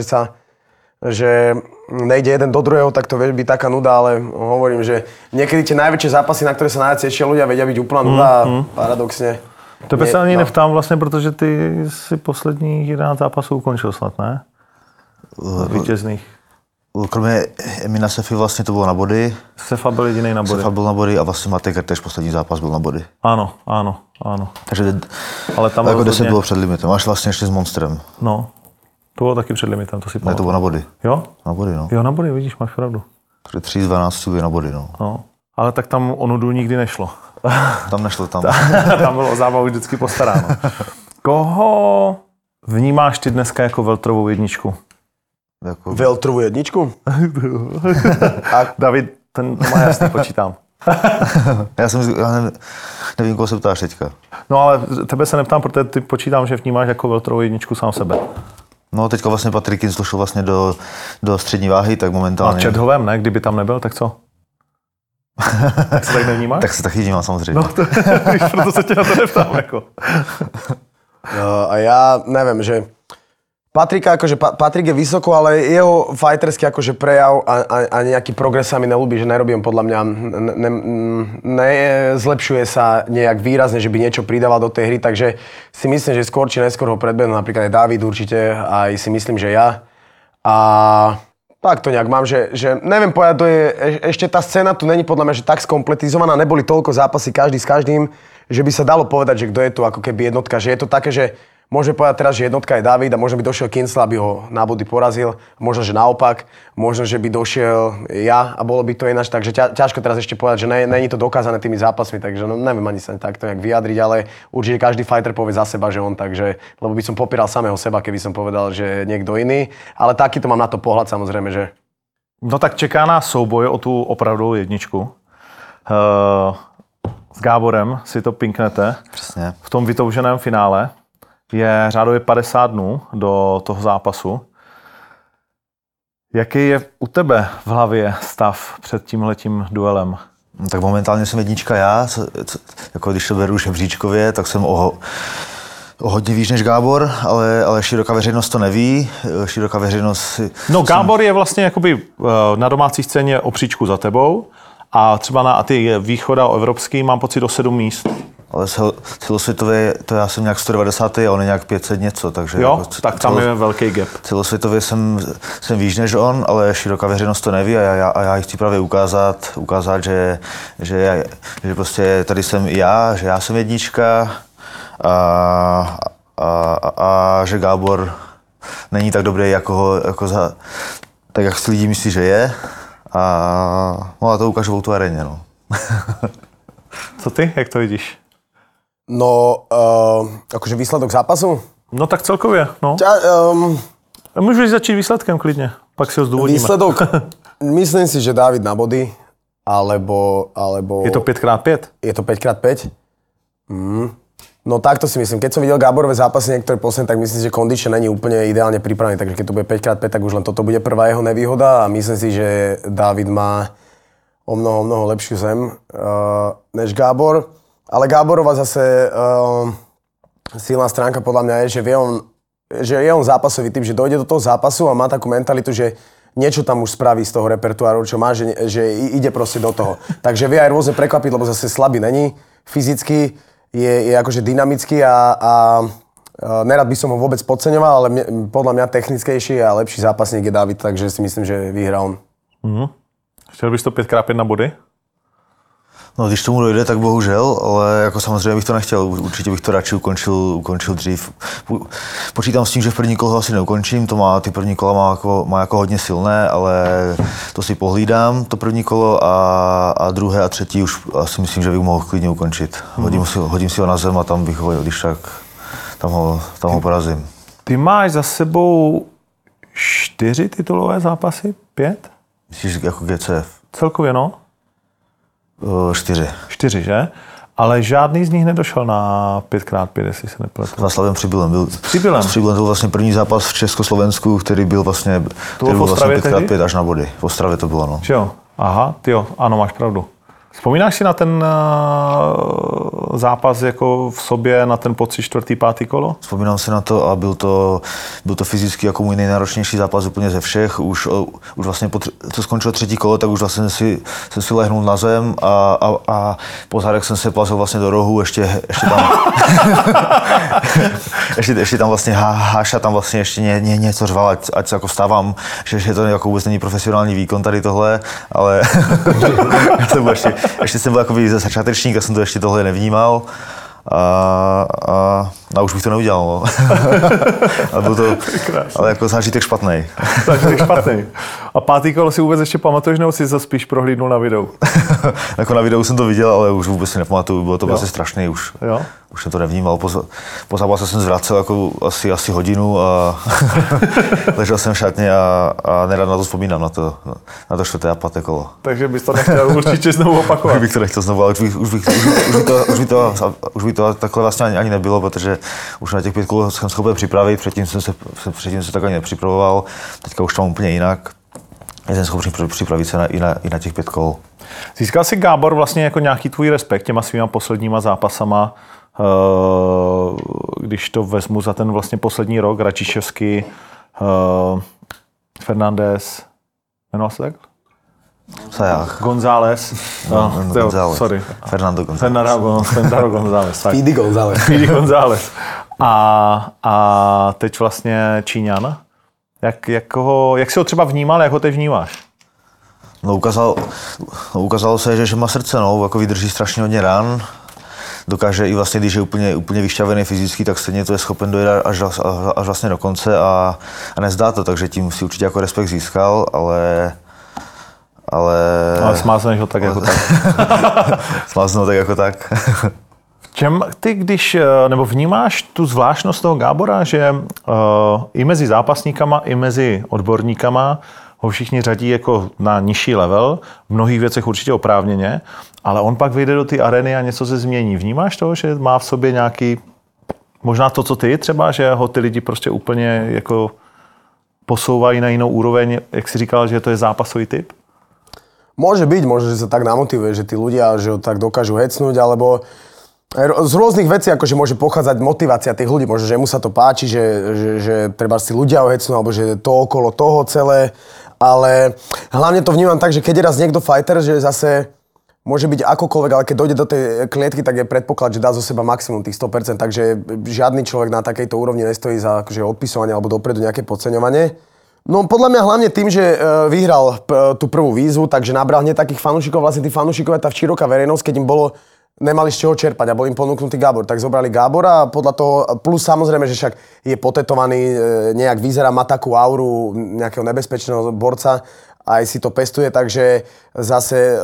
že nejde jeden do druhého, tak to vie byť taká nuda, ale hovorím, že niekedy tie najväčšie zápasy, na ktoré sa najviac tešia ľudia, vedia byť úplná nuda a paradoxne. Tebe se ani nevtám vlastně, protože ty si posledních 11 zápasů ukončil snad, ne? Vítězných. Kromě Emina Sefy vlastně to bylo na body. Sefa byl jediný na body. Sefa byl na body a vlastně Matej tež poslední zápas byl na body. Ano. Takže ale tam jako 10 bylo před limitem, až vlastně ještě s Monstrem. No, to bylo taky před limitem, to si pamatuju. Ne, to bylo na body. Jo? Na body, no. Jo, na body, vidíš, máš pravdu. 3 z 12 je na body, no. Ale tak tam o nudu nikdy nešlo. Tam nešlo, tam. Tam bylo o zábavu vždycky postaráno. Koho vnímáš ty dneska jako veltrovou jedničku? Jako... Veltrovou jedničku? David, ten má jasně, počítám. Já nevím, koho se ptáš teďka. No ale tebe se neptám, protože ty počítám, že vnímáš jako veltrovou jedničku sám sebe. No teďka vlastně Patrik Kincl šel vlastně do střední váhy, tak momentálně... A Chad Hovem, ne? Kdyby tam nebyl, tak co? Tak se tak nevnímáš? Tak se taky vnímám samozřejmě. No, proto se tě na to neptám, jako. A ja neviem, že Patrik je vysoko, ale jeho fighterský akože prejav a nejaký progres sa mi nelúbi, že nerobí on podľa mňa, nezlepšuje sa nejak výrazne, že by niečo pridával do tej hry, takže si myslím, že skôr či neskôr ho predbehnú, napríklad aj David určite, aj si myslím, že ja. A tak to nejak mám, že neviem povedať, to je, ešte tá scéna tu není podľa mňa, že tak skompletizovaná, neboli toľko zápasy každý s každým, že by sa dalo povedať, že kto je tu ako keby jednotka, že je to také, že môžeme povedať teraz, že jednotka je David a možno by došiel Kincel, aby ho na body porazil. Možno, že naopak. Možno, že by došiel ja a bolo by to ináč. Takže ťažko teraz ešte povedať, že není to dokázané tými zápasmi. Takže neviem ani sa takto nejak vyjadriť, ale určite každý fighter povie za seba, že on. Takže, lebo by som popíral samého seba, keby som povedal, že niekto iný. Ale takýto mám na to pohľad samozrejme, že... No tak čeká nás souboj o tu opravdovou jedničku. S Gáborem si to pinknete. Přesně. V tom vytouženém finále. Je řádově 50 dnů do toho zápasu. Jaký je u tebe v hlavě stav před tímhletím duelem? No, tak momentálně jsem jednička já, jako když to beru žebříčkově, tak jsem o hodně výš než Gábor, ale široká veřejnost to neví. Široká veřejnost... No Gábor je vlastně jakoby na domácí scéně o příčku za tebou a třeba na ty východa evropský mám pocit o 7 míst. Ale celosvětově, to já jsem nějak 190 a on je nějak 500 něco, takže... Jo, jako tak tam je velký gap. Celosvětově jsem výš než on, ale široká veřejnost to neví a já chci právě ukázat, že prostě tady jsem i já, že já jsem jednička a že Gábor není tak dobrý, tak jak si lidi myslí, že je. A to ukážu v tu aréně, no. Co ty? Jak to vidíš? No, akože výsledok zápasu? No tak celkově, no. Můžeš začít výsledkem klidně, pak si ho zdůvodníme. Výsledok, myslím si, že David na body, alebo... Je to 5x5? Je to 5x5? No takto si myslím. Keď som videl Gáborové zápasy niektoré posledné, tak myslím si, že kondične není úplne ideálne pripravený, takže keď to bude 5x5, tak už len toto bude prvá jeho nevýhoda a myslím si, že David má o mnoho lepšiu zem než Gábor. Ale Gáborova zase silná stránka podľa mňa je, že je on zápasový typ, že dojde do toho zápasu a má takú mentalitu, že niečo tam už spraví z toho repertoáru, čo má, že ide proste do toho. Takže vie aj rôzne prekvapiť, lebo zase slabý není. Fyzicky je akože dynamický a nerad by som ho vôbec podceňoval, ale podľa mňa technickejší a lepší zápasník je David, takže si myslím, že vyhrá on. Chtěl bys to 5x5 na body? No, když tomu dojde, tak bohužel, ale jako samozřejmě bych to nechtěl. Určitě bych to radši ukončil dřív. Počítám s tím, že v první kolo asi neukončím, ty první kola má jako hodně silné, ale to si pohlídám, to první kolo a druhé a třetí už asi myslím, že bych mohl klidně ukončit. Hodím si ho na zem a tam bych ho, když tak, tam ho porazím. Ty máš za sebou 4 titulové zápasy? 5? Myslíš jako GCF? Celkově, no? 4. 4, že? Ale žádný z nich nedošel na 5x5, jestli se nepletu. S Václavem Přibylem. Přibylem? S Přibylem to byl vlastně první zápas v Československu, který byl vlastně 5x5 až na body. V Ostravě to bylo, no. Jo, aha, tyjo, ano, máš pravdu. Vzpomínáš si na ten zápas jako v sobě, na ten pocit 4., 5. kolo? Vzpomínám si na to a byl to fyzicky jako můj nejnáročnější zápas úplně ze všech. Už vlastně co skončilo 3. kolo, tak už vlastně jsem si lehnul na zem a po zádech jsem se plazil vlastně do rohu, ještě tam ještě tam vlastně Háša tam vlastně ještě něco řval, ať se jako vstávám, že to jako vůbec není profesionální výkon tady tohle, ale já jsem ještě jsem byl jako začátečník a jsem to ještě tohle nevnímal a už bych to neudělal. No. ale jako zážitek špatnej. Zážitek špatnej. A 5. kolo si vůbec ještě pamatuješ, nebo si to spíš prohlídnul na videu? Jako na videu jsem to viděl, ale už vůbec si nepamatuju, bylo to vlastně strašný už. Jo? Už jsem to nevnímal. Po zápase jsem zvracel jako asi hodinu a ležel jsem v šatně a nerad na to vzpomínám, na to 4. a 5. kolo. Takže bys to nechtěl určitě znovu opakovat? Už bych to nechtěl znovu, ale už by to takhle vlastně ani nebylo, protože už na těch 5 kol jsem schopen připravit, předtím jsem se tak ani nepřipravoval, teďka už tam úplně jinak. je ten schopný připravit se i na těch 5 kol. Získal si, Gábor, vlastně jako nějaký tvůj respekt těma svýma posledníma zápasama, když to vezmu za ten vlastně poslední rok, Račiševský, Fernandez, jmenoval se tak? Saják. González. González. Sorry. Fernando González. Fernando González. Speedy González. Speedy González. A teď vlastně Číňan. Jak jsi ho třeba vnímal, jak ho teď vnímáš? No ukázalo se, že má srdce, jako vydrží strašně hodně ran. Dokáže i vlastně, když je úplně vyšťavený fyzicky, tak stejně to je schopen dojít až vlastně do konce a nezdá to, takže tím si určitě jako respekt získal, ale smázneš ho tak jako tak. Smáznu ho tak jako tak. Čem ty, nebo vnímáš tu zvláštnost toho Gábora, že i mezi zápasníkama, i mezi odborníkama ho všichni řadí jako na nižší level, v mnohých věcech určitě oprávněně, ale on pak vyjde do té arény a něco se změní. Vnímáš to, že má v sobě nějaký, možná to, co ty třeba, že ho ty lidi prostě úplně jako posouvají na jinou úroveň, jak jsi říkal, že to je zápasový typ? Môže byť, že sa tak namotivuje, že tí ľudia, že ho tak dokážu hecnúť, alebo z rôznych vecí, akože môže pochádzať motivácia tých ľudí, možno, že mu sa to páči, že treba si ľudia ho hecnú, alebo že to okolo toho celé, ale hlavne to vnímam tak, že keď je raz niekto fighter, že zase môže byť akokoľvek, ale keď dojde do tej klietky, tak je predpoklad, že dá zo seba maximum tých 100%, takže žiadny človek na takejto úrovni nestojí za akože odpisovanie alebo dopredu nejaké podceňovanie. No podľa mňa hlavne tým, že vyhral tú prvú výzvu, takže nabral hneď takých fanúšikov, vlastne tí fanúšikovia, tá široká verejnosť, keď im nemali z čoho čerpať a bol im ponúknutý Gábor, tak zobrali Gábora a podľa toho, plus samozrejme, že však je potetovaný, nejak vyzerá, má takú auru nejakého nebezpečného borca, aj si to pestuje, takže zase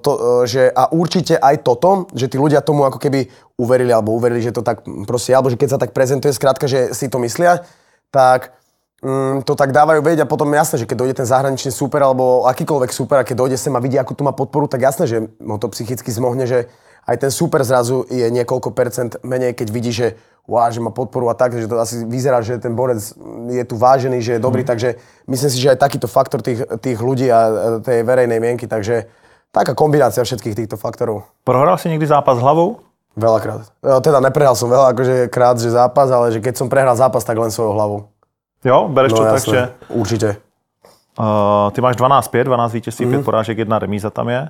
a určite aj toto, že tí ľudia tomu ako keby uverili, že to tak proste, alebo že keď sa tak prezentuje, skrátka, že si to myslia, tak to tak dávajú vedieť a potom jasné, že keď dojde ten zahraničný super alebo akýkoľvek super a keď dojde sem a vidí, akú tu má podporu, tak jasné, že ho to psychicky zmohne, že aj ten super zrazu je niekoľko percent menej, keď vidí, že že má podporu a tak, že to asi vyzerá, že ten borec je tu vážený, že je dobrý, takže myslím si, že aj takýto faktor tých ľudí a tej verejnej mienky, takže taká kombinácia všetkých týchto faktorov. Prohral si niekdy zápas hlavou? Veľakrát. Teda neprehral som veľa akože krát, že zápas, ale že keď som prehral zápas, tak len svojou hlavou. Jo, bereš to tak, že... Určite. Ty máš 12-5, 12 vítězství, 5 porážek, 1 remíza tam je.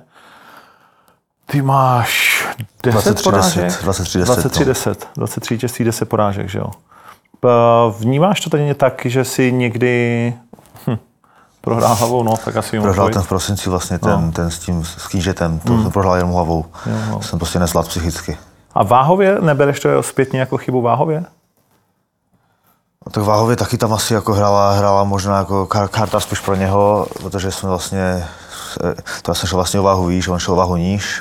Ty máš 10 porážek? 23-10. 23 vítězství, 10 porážek, že jo. Vnímáš to tady tak, že si někdy prohrál hlavou, no, tak asi prohrál ten v prosinci vlastně, ten s tím knížetem, to jsem prohrál jenom hlavou. Jo. Jsem prostě nezvládl psychicky. A váhově, nebereš to zpětně jako chybu váhově? Tak váhově taky tam asi jako hrála možná jako karta spíš pro něho, protože jsme vlastně, to já jsem šel vlastně o váhu výš, on šel o váhu níž.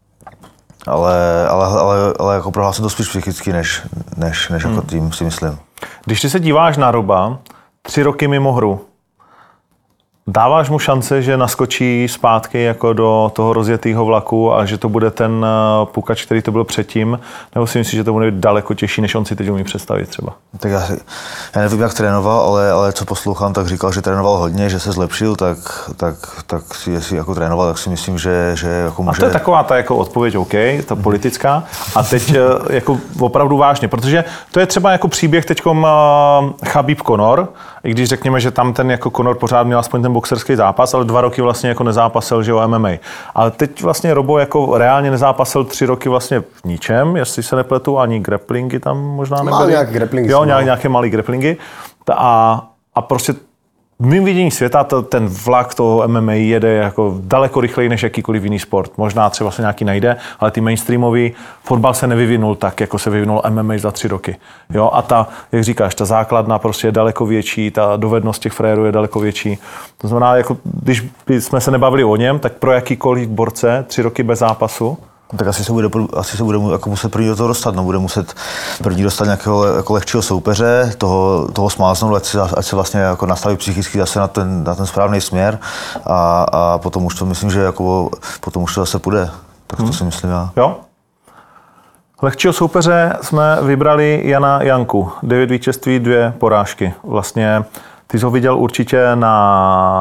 Ale jako prohrál jsem to spíš psychicky, než jako tým, si myslím. Když ty se díváš na Roba, 3 roky mimo hru, dáváš mu šance, že naskočí zpátky jako do toho rozjetého vlaku a že to bude ten pukač, který to byl předtím, nebo si myslíš, že to bude daleko těžší, než on si teď umí představit třeba? Tak já nevím, jak trénoval, ale co poslouchám, tak říkal, že trénoval hodně, že se zlepšil, tak jestli jako trénoval, tak si myslím, že jako může... A to je taková ta jako odpověď, OK, ta politická. A teď jako opravdu vážně, protože to je třeba jako příběh teďkom Khabib Conor, i když řekněme, že tam ten jako Conor pořád měl aspoň ten boxerský zápas, ale 2 roky vlastně jako nezápasil, že o MMA. Ale teď vlastně Robo jako reálně nezápasil 3 roky vlastně v ničem, jestli se nepletu, ani grapplingy tam možná nebyly. Má nějaké grapplingy. Jo, nějaké malé grapplingy. A prostě v mým vidění světa ten vlak toho MMA jede jako daleko rychleji než jakýkoliv jiný sport. Možná třeba se nějaký najde, ale ty mainstreamový fotbal se nevyvinul tak, jako se vyvinul MMA za 3 roky. Jo? A ta, jak říkáš, ta základna prostě je daleko větší, ta dovednost těch frérů je daleko větší. To znamená, jako, když jsme se nebavili o něm, tak pro jakýkoliv borce 3 roky bez zápasu, tak asi se bude jako muset první do toho dostat, no, bude muset první dostat nějakého jako lehčího soupeře, toho smáznout, ať se vlastně jako nastaví psychicky zase na ten správný směr a potom už to myslím, že jako potom už to zase půjde, tak to si myslím já. Jo? Lehčího soupeře jsme vybrali Jana Janku, 9 vítězství, 2 porážky. Vlastně ty jsi ho viděl určitě na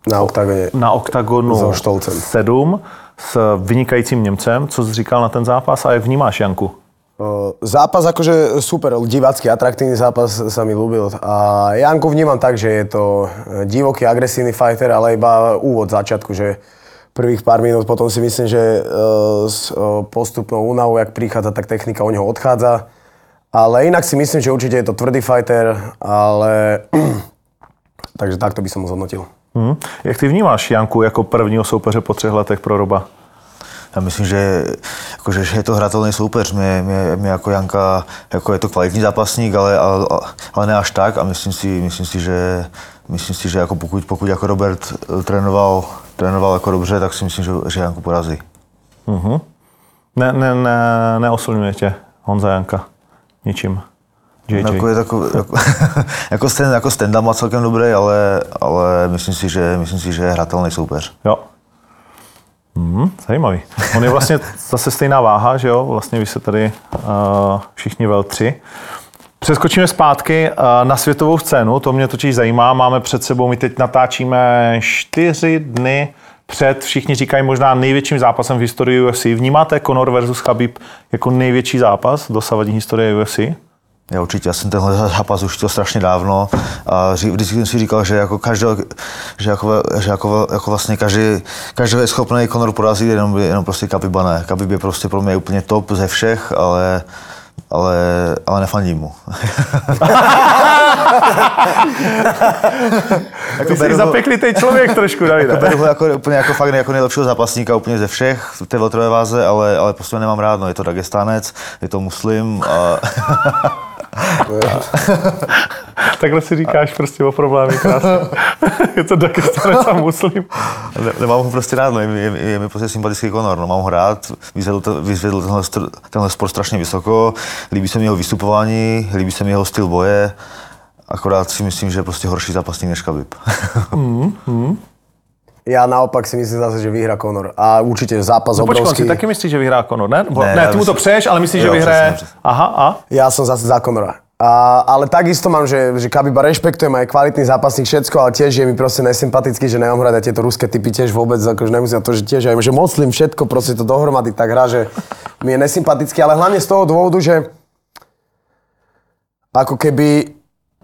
Na Oktagonu so Štolcem 7 s vynikajícím Němcem. Co jsi říkal na ten zápas a jak vnímáš Janku? Zápas akože super, divácky, atraktívny zápas sa mi ľúbil. A Janku vnímam tak, že je to divoký, agresívny fighter, ale iba úvod začiatku, že prvých pár minút, potom si myslím, že s postupnou únavou, jak prichádza, tak technika u neho odchádza. Ale inak si myslím, že určite je to tvrdý fighter, ale takže takto by som ho zhodnotil. Jak ty vnímáš Janku jako prvního soupeře po 3 letech pro Roba? Já myslím, že je to hratelný soupeř. Mě jako Janka, jako je to kvalitní zápasník, ale ne až tak. A myslím si, že jako pokud jako Robert trénoval jako dobře, tak si myslím, že Janku porazí. Neoslňuje tě Honza Janka ničím? JJ. Jako stand-up má celkem dobrý, ale myslím si, že je hratelný soupeř. Jo. Zajímavý. On je vlastně zase stejná váha, že jo? Vlastně vy se tady všichni veltři. Přeskočíme zpátky na světovou scénu, to mě totiž zajímá. Máme před sebou, my teď natáčíme 4 dny před, všichni říkají možná největším zápasem v historii UFC. Vnímáte Conor versus Khabib jako největší zápas dosavadní historie UFC? Já určitě, já jsem tenhle zápas už chtěl strašně dávno a vždycky jsem si říkal, že vlastně každý je schopný Conor porazit, jenom prostě Khabiba ne. Khabib je prostě pro mě úplně top ze všech, ale nefandím mu. Ty jsi zapeklitý člověk trošku, Davide. Beru ho úplně jako fakt jako nejlepšího zápasníka úplně ze všech v té welterové váze, ale prostě nemám rád, no, je to Dagestánec, je to muslim a... Takhle si říkáš prostě o problémy krásně. Je to Dagestánec a muslim. Nemám ho prostě rád, no, je mi prostě sympatický Conor, no, mám ho rád, vyzvedl tenhle sport strašně vysoko, líbí se mi jeho vystupování, líbí se mi jeho styl boje, akorát si myslím, že je prostě horší zápasník než Khabib. Ja naopak si myslím zase, že vyhrá Conor. A určite zápas obrovský. Počkej, si taky myslíš, že vyhrá Conor, ne? Ne, ty mu to přeješ, ale myslíš, že vyhraje... Aha, a? Ja som zase za Conora. Ale takisto mám, že Khabiba rešpektujem, aj kvalitný zápasník, všetko, ale tiež je mi proste nesympatický, že nemám hrať a tieto ruské typy tiež vôbec, akože nemusím na to, že tiež aj, že moclím všetko, proste to dohromady tak hrá, že mi je nesympatický, ale hlavne z toho dôvodu, že ako keby,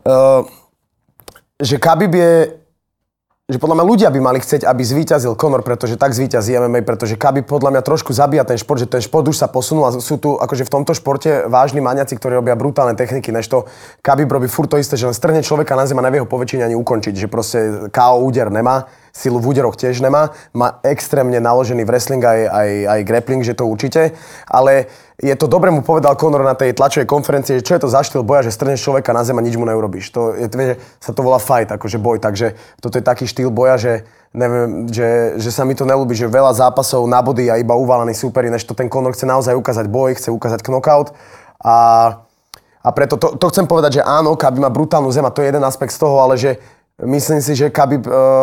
že Khabib je, že podľa mňa ľudia by mali chcieť, aby zvíťazil Conor, pretože tak zvíťazí MMA, pretože Khabib podľa mňa trošku zabíja ten šport, že ten šport už sa posunul a sú tu akože v tomto športe vážni maniaci, ktorí robia brutálne techniky, než to Khabib robí furt to isté, že len strhne človeka na zem a nevie ho poväčšine ani ukončiť, že proste KO úder nemá, silu v úderoch tiež nemá, má extrémne naložený wrestling aj grappling, že to určite, ale je to dobre, mu povedal Conor na tej tlačovej konferencii, že čo je to za štýl boja, že strhneš človeka na zem a nič mu neurobíš. To je, že sa to volá fight, akože boj, takže toto je taký štýl boja, že neviem, že sa mi to neľúbi, že veľa zápasov na body a iba uvalaní súperi, než to ten Conor chce naozaj ukázať boj, chce ukázať knockout a preto to chcem povedať, že áno, Khabib má brutálnu zem a to je jeden aspekt z toho, ale že myslím si, že Khabib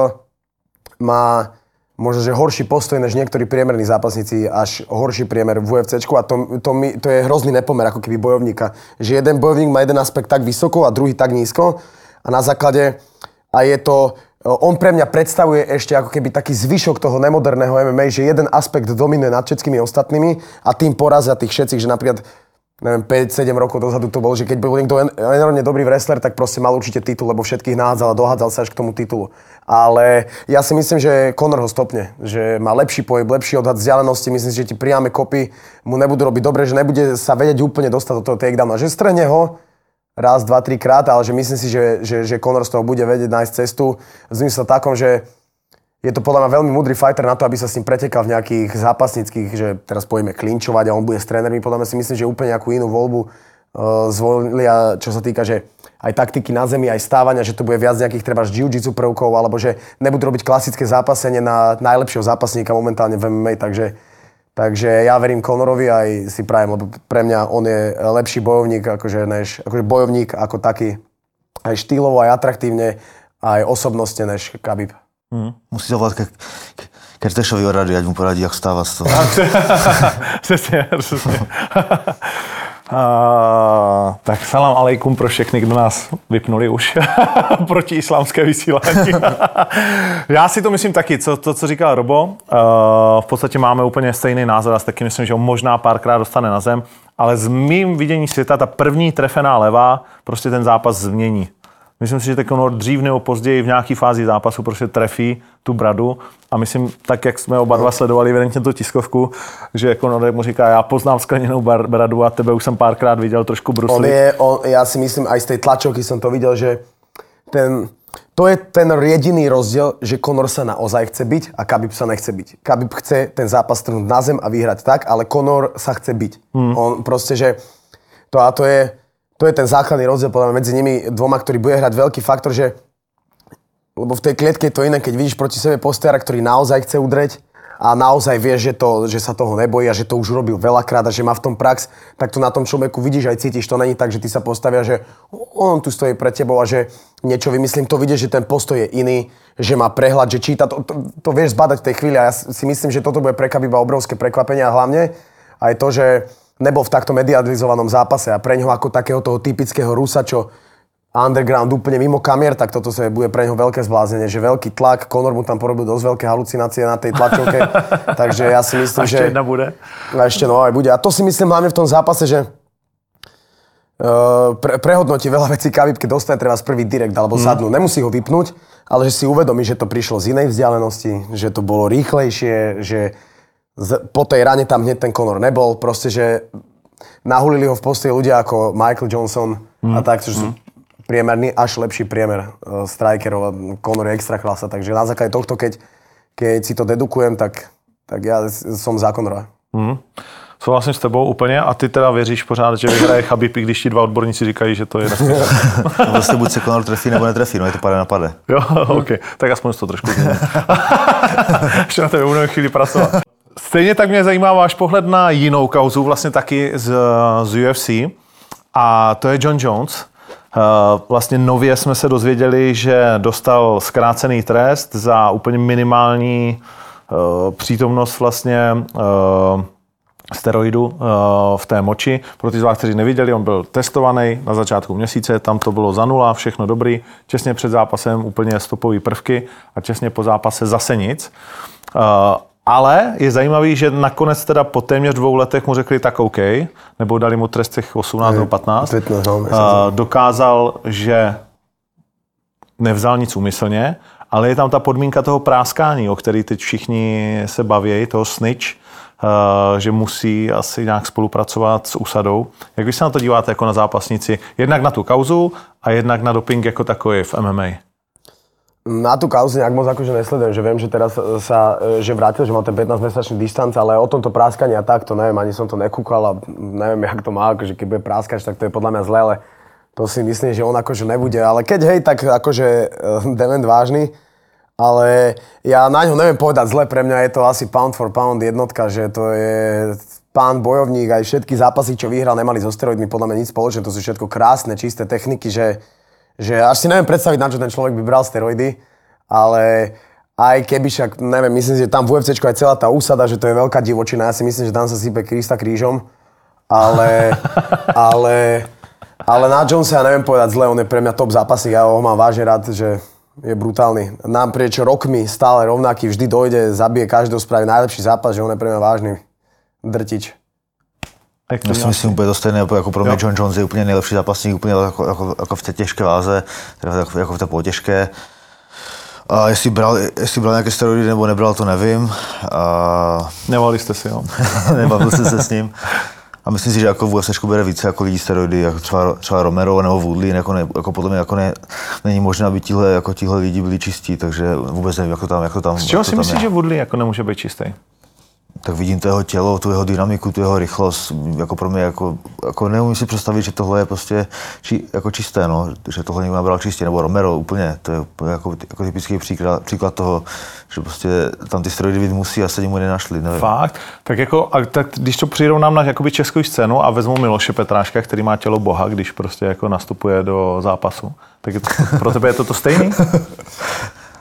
má možno, že horší postoj než niektorí priemerní zápasníci, až horší priemer v UFCčku a to je hrozný nepomer ako keby bojovníka. Že jeden bojovník má jeden aspekt tak vysoko a druhý tak nízko a na základe a je to, on pre mňa predstavuje ešte ako keby taký zvyšok toho nemoderného MMA, že jeden aspekt dominuje nad všetkými ostatnými a tým porazia tých všetkých, že napríklad neviem, 5-7 rokov dozadu to bolo, že keď bol niekto enormne dobrý wrestler, tak proste mal určite titul, lebo všetkých nahádzal a dohádzal sa až k tomu titulu. Ale ja si myslím, že Conor ho stopne, že má lepší pohyb, lepší odhad vzdialenosti, myslím si, že ti priame kopy mu nebudú robiť dobre, že nebude sa vedieť úplne dostať do toho takedownu. Že strhne ho raz, 2, 3 krát, ale že myslím si, že Conor z toho bude vedieť nájsť cestu v zmysle takom, že je to podľa mňa veľmi múdry fighter na to, aby sa s ním pretekal v nejakých zápasníckých, že teraz pojeme klinčovať a on bude s trénermi. Podľa mňa si myslím, že úplne nejakú inú voľbu zvolili, čo sa týka, že aj taktiky na zemi, aj stávania, že to bude viac nejakých treba jiu-jitsu prvkov, alebo že nebudú robiť klasické zápasenie na najlepšieho zápasníka momentálne v MMA, takže ja verím Conorovi aj si prajem, lebo pre mňa on je lepší bojovník, akože bojovník ako taký, aj štýlovo, aj atraktívne, aj osobnostne než Khabib. Musí to volat Kertešovi o rady, ať mu poradí, jak vstávat z toho. Přesně. Tak salam alejkum pro všechny, kdo nás vypnuli už proti islámské vysílání. Já si to myslím taky, co říkal Robo. V podstatě máme úplně stejný názor a taky myslím, že ho možná párkrát dostane na zem, ale z mým vidění světa ta první trefená levá prostě ten zápas změní. Myslím si, že ten Conor dřív nebo později v nějaké fázi zápasu prostě trefí tu bradu a myslím, tak jak jsme oba dva sledovali evidentně tu tiskovku, že Conor mu říká, já poznám skleněnou bradu a tebe už jsem párkrát viděl trošku bruslit. Ja si myslím, aj z tej tlačovky som to videl, že to je ten jediný rozdiel, že Conor sa naozaj chce byť a Khabib sa nechce byť. Khabib chce ten zápas strhnúť na zem a vyhrať tak, ale Conor sa chce byť. On proste, že to je ten základný rozdiel podľa mňa medzi nimi dvoma, ktorý bude hrať veľký faktor, že lebo v tej klietke je to iné, keď vidíš proti sebe postojára, ktorý naozaj chce udreť a naozaj vie, že sa toho nebojí a že to už urobil veľakrát a že má v tom prax, tak to na tom človeku vidíš aj cítiš. To není tak, že ty sa postavia, že on tu stojí pred tebou a že niečo vymyslím. To vidíš, že ten postoj je iný, že má prehľad, že číta. To vieš zbadať v tej chvíli a ja si myslím, že toto bude pre Khabiba obrovské prekvapenie a hlavne aj to, že nebol v takto medializovanom zápase a pre ňoho ako takého toho typického Rusa, čo underground úplne mimo kamier, tak toto sa bude pre ňoho veľké zbláznenie, že veľký tlak, Conor mu tam porobil dosť veľké halucinácie na tej tlačovke, takže ja si myslím, že... Ešte jedna bude. A ešte aj bude. A to si myslím hlavne v tom zápase, že prehodnotí veľa vecí Khabib, keď dostane treba z prvý direkt alebo zadnú. Nemusí ho vypnúť, ale že si uvedomí, že to prišlo z inej vzdialenosti, že to bolo rýchlejšie, že po tej rane tam hneď ten Conor nebol. Proste, že nahulili ho v postoji ľudia ako Michael Johnson a tak, čo sú priemerný až lepší priemer strikerov. Conor je extra klasa, takže na základe tohto, keď si to dedukujem, tak ja som za Conora. Souhlasím s tebou úplně a ty teda věříš pořád, že vyhraje Khabib, i když ti dva odborníci říkají, že to je nesmysl. Vlastně buď se Conor trefí nebo netrefí, no je to pade na pade. Jo, ok, tak aspoň to trošku změní. Ještě na tebe budeme chvíli pracovat. Stejně tak mě zajímá váš pohled na jinou kauzu, vlastně taky z UFC, a to je Jon Jones. Vlastně nově jsme se dozvěděli, že dostal zkrácený trest za úplně minimální přítomnost vlastně steroidu v té moči. Pro ty z vás, kteří neviděli, on byl testovaný na začátku měsíce, tam to bylo za nula, všechno dobrý. Těsně před zápasem úplně stopový prvky a těsně po zápase zase nic. Ale je zajímavý, že nakonec teda po téměř 2 letech mu řekli tak OK, nebo dali mu trest těch 18 nebo 15. Dokázal, že nevzal nic úmyslně, ale je tam ta podmínka toho práskání, o který teď všichni se baví, toho snitch, že musí asi nějak spolupracovat s úsadou. Jak vy se na to díváte jako na zápasnici? Jednak na tu kauzu a jednak na doping jako takový v MMA. Na tú kauzu nejak moc akože nesledujem, že viem, že teraz že vrátil, že mal ten 15-mesačný distanc, ale o tomto práskaní a tak, to neviem, ani som to nekúkal a neviem, jak to má, akože keď bude práskať, tak to je podľa mňa zlé, ale to si myslím, že on akože nebude, ale keď hej, tak akože dement vážny, ale ja na ňo neviem povedať zle, pre mňa je to asi pound for pound jednotka, že to je pán bojovník, aj všetky zápasy, čo vyhral, nemali so steroidmi podľa mňa nič spoločné, to sú všetko krásne, čisté techniky, že až si neviem predstaviť, na čo ten človek by bral steroidy, ale aj keby však, neviem, myslím, že tam v UFCčku aj celá tá úsada, že to je veľká divočina, ja si myslím, že tam sa sype Krista krížom, ale na Jonesa ja neviem povedať zle, on je pre mňa top zápasník, ja ho mám vážne rád, že je brutálny. Naprieč rokmi stále rovnaký, vždy dojde, zabije každého, spraví najlepší zápas, že on je pre mňa vážny drtič. Já si myslím úplně to stejné, jako pro mě Jon Jones je úplně nejlepší zápasník, úplně jako v té těžké váze, jako v té polotěžké. A jestli bral nějaké steroidy nebo nebral, to nevím. Nebavili jste si, jo? Nebavil jsem se s ním. A myslím si, že jako v UFCčku bere více jako lidí steroidy, jako třeba Romero nebo Woodley, jako podle mě jako není možné, aby tihle lidi byli čistí, takže vůbec nevím, jak to tam. Z čeho si myslíš, že Woodley jako nemůže být čistý? Tak vidím to jeho tělo, tu jeho dynamiku, tu jeho rychlost, jako pro mě, jako neumím si představit, že tohle je prostě jako čisté, no, že tohle někdo nabral čistě, nebo Romero úplně, to je jako typický příklad toho, že prostě tam ty steroidy být musí a se mu nenašli, nevím. Fakt? Tak jako, tak když to přirovnám na jakoby českou scénu a vezmu Miloše Petráška, který má tělo boha, když prostě jako nastupuje do zápasu, tak pro tebe je to stejný?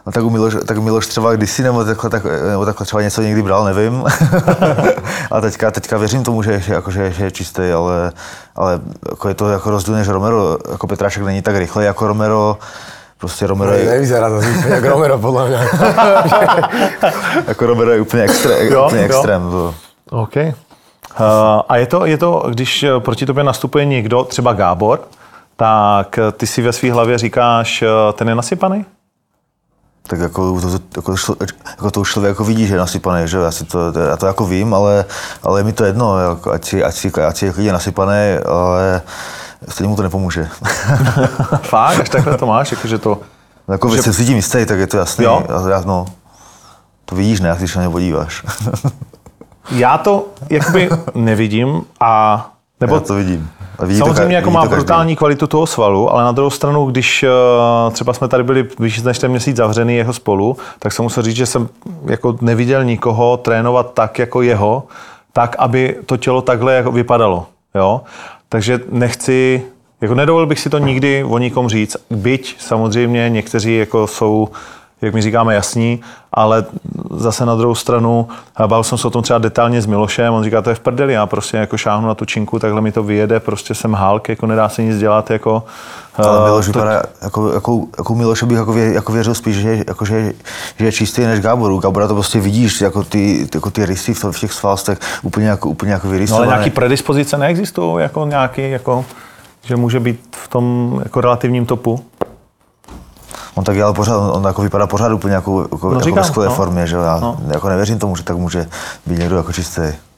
No tak Miloš třeba kdysi, nebo takhle třeba něco někdy bral, nevím. A teďka věřím tomu, že je čistý, ale jako je to jako rozdíl, než Romero, jako Petrášek není tak rychlej jako Romero. Prostě Romero je... Nevyzerá to jak Romero, podle mě. Jako Romero je úplně extrém. OK. A je to, když proti tobě nastupuje někdo, třeba Gábor, tak ty si ve svý hlavě říkáš, ten je nasypaný? Tak jako to už člověk jako vidí, že je nasypaný, že já to jako vím, ale je mi to jedno, jako, ať si je nasypaný, ale stejně mu to nepomůže. Fakt? Až takhle to máš? Jakože to... Jako že... se cítím jistý, tak je to jasný. No, to vidíš, ne, když se na ně podíváš. Já to jakoby nevidím a... Nebo... Já to vidím. Samozřejmě jako má brutální kvalitu toho svalu, ale na druhou stranu, když třeba jsme tady byli víc než ten měsíc zavřený jeho spolu, tak jsem musel říct, že jsem jako neviděl nikoho trénovat tak jako jeho, tak, aby to tělo takhle jako vypadalo. Jo? Takže nechci, jako nedovolil bych si to nikdy o nikom říct, byť samozřejmě někteří jako jsou, jak my říkáme, jasní, ale zase na druhou stranu, bavil jsem se o tom třeba detailně s Milošem, on říká, to je v prdeli, já prostě jako šáhnu na tu činku, takhle mi to vyjede, prostě jsem Hulk, jako nedá se nic dělat, jako... Ale Miloš vypadá, jako Miloše bych jako věřil spíš, že je čistý než Gáboru. Gábora to prostě vidíš, jako ty rysy v těch svalstech úplně jako vyrysované. No ale nějaký predispozice neexistují, jako nějaký, jako, že může být v tom jako relativním topu? On tak ale pořád, on jako vypadá pořád úplně jako ve skvělé formě, že já jako nevěřím tomu, že tak může být někdo jako čistý.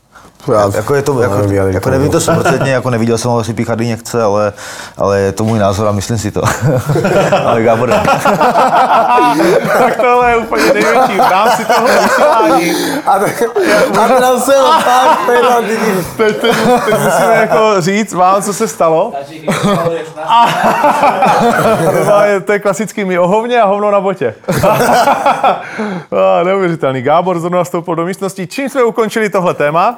Jako nevím to 100%, jako neviděl jsem ho asi píchat někce, ale je to můj názor a myslím si to. Ale Gábor ne. Tak tohle je úplně největší v rámci toho vysílání. A teda jsem tak, teď musíme jako říct vám, co se stalo. To je klasický mi o hovně a hovno na botě. Neuvěřitelný. Gábor zrovna nastoupil do místnosti. Čím jsme ukončili tohle téma?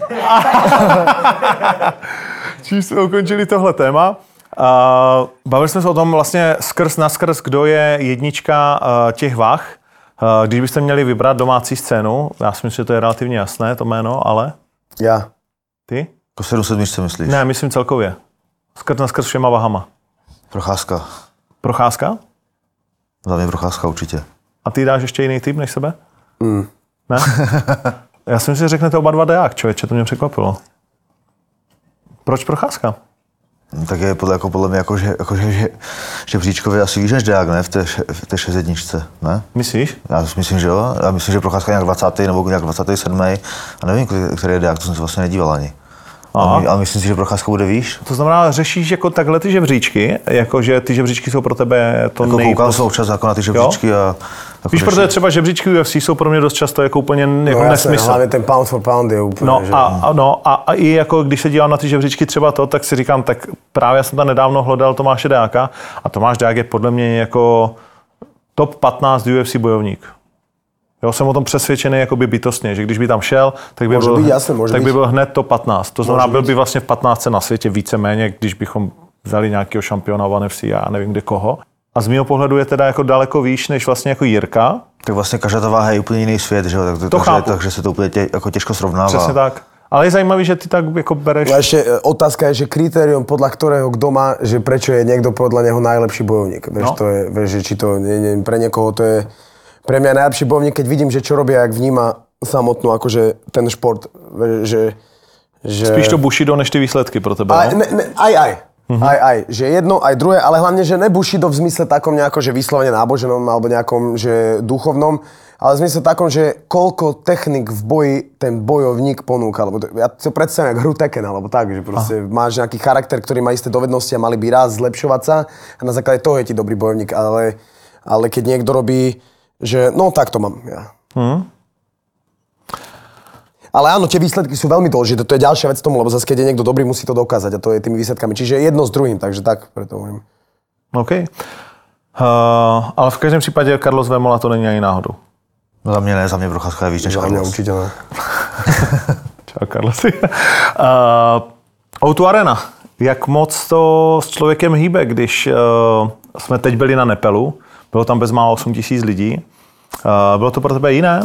Bavili jsme se o tom vlastně skrz naskrz, kdo je jednička těch vah. Když byste měli vybrat domácí scénu, já si myslím, že to je relativně jasné, to jméno, ale... Já. Ty? To 700 myslíš? Ne, myslím celkově. Skrz naskrz všema vahama. Procházka. Procházka? Za mě Procházka určitě. A ty dáš ještě jiný typ než sebe? Ne? Já si myslím, že řeknete oba dva deák, člověče, to mě překvapilo. Proč Procházka? No, tak je podle mě že Bříčkově asi víš než deák, ne? V té 61, ne? Myslíš? Já myslím, že jo. Já myslím, že Procházka je nějak 20. nebo nějak 27. A nevím, který je deák, to jsem se vlastně nedíval ani. Ale myslím si, že Procházka bude výš. To znamená, řešíš jako takhle ty žebříčky, jakože ty žebříčky jsou pro tebe to jako koukám se občas jako na ty žebříčky a... Jako víš, protože třeba žebříčky UFC jsou pro mě dost často jako úplně jako nesmysl. Hlavně ten pound for pound je úplně... A i jako když se dívám na ty žebříčky třeba to, tak si říkám, tak právě já jsem tam nedávno hledal Tomáše Deáka a Tomáš Deák je podle mě jako top 15 UFC bojovník. Jo, jsem o tom přesvědčený jakoby bytostně, že když by tam šel, tak by byl hned top 15. To znamená, byl by vlastně v 15 na světě víceméně, když bychom vzali nějakého šampiona v NFC, já nevím kde koho. A z mého pohledu je teda jako daleko výš než vlastně jako Jirka. Tak vlastně každá ta váha je úplně jiný svět, že jo? Takže se to úplně jako těžko srovnává. Přesně tak. Ale je zajímavý, že ty tak jako bereš... A ešte otázka je, že kritérium, podľa ktorého kto má, že prečo je niekto podľa neho najlepší bojovník. Vieš, to je, vieš, že či to nie, pre niekoho to je... Pre mňa je najlepší bojovník, keď vidím, že čo robia, jak vníma samotnú akože ten šport. Že... Spíš to Bushido než ty výsledky pro teba, Aj. Že jedno, aj druhé, ale hlavne, že ne Bushido v zmysle takom nejako, že vyslovene náboženom alebo nejakom, že duchovnom, ale v zmysle takom, že koľko technik v boji ten bojovník ponúka. Lebo ja si predstavím, jak hru Tekken, alebo tak, že proste máš nejaký charakter, ktorý má isté dovednosti a mali by raz zlepšovať sa a na základe toho je ti dobrý bojovník, ale keď niekto robí, že no tak to mám ja. Ale áno, tie výsledky sú veľmi dôležité, to je ďalšia vec tomu, lebo zase keď je niekto dobrý, musí to dokázať a to je tými výsledkami. Čiže jedno s druhým, takže tak, preto hovorím. OK. Ale v každém případě Carlos Vemola to není ani náhodou. No za mě ne, za mě Procházka je víc než Carlos. Za mě určitě ne. Čau, Carlosi. O2 Arena. Jak moc to s člověkem hýbe, když jsme teď byli na Nepelu, bylo tam bezmála 8 000 lidí. Bylo to pro tebe jiné,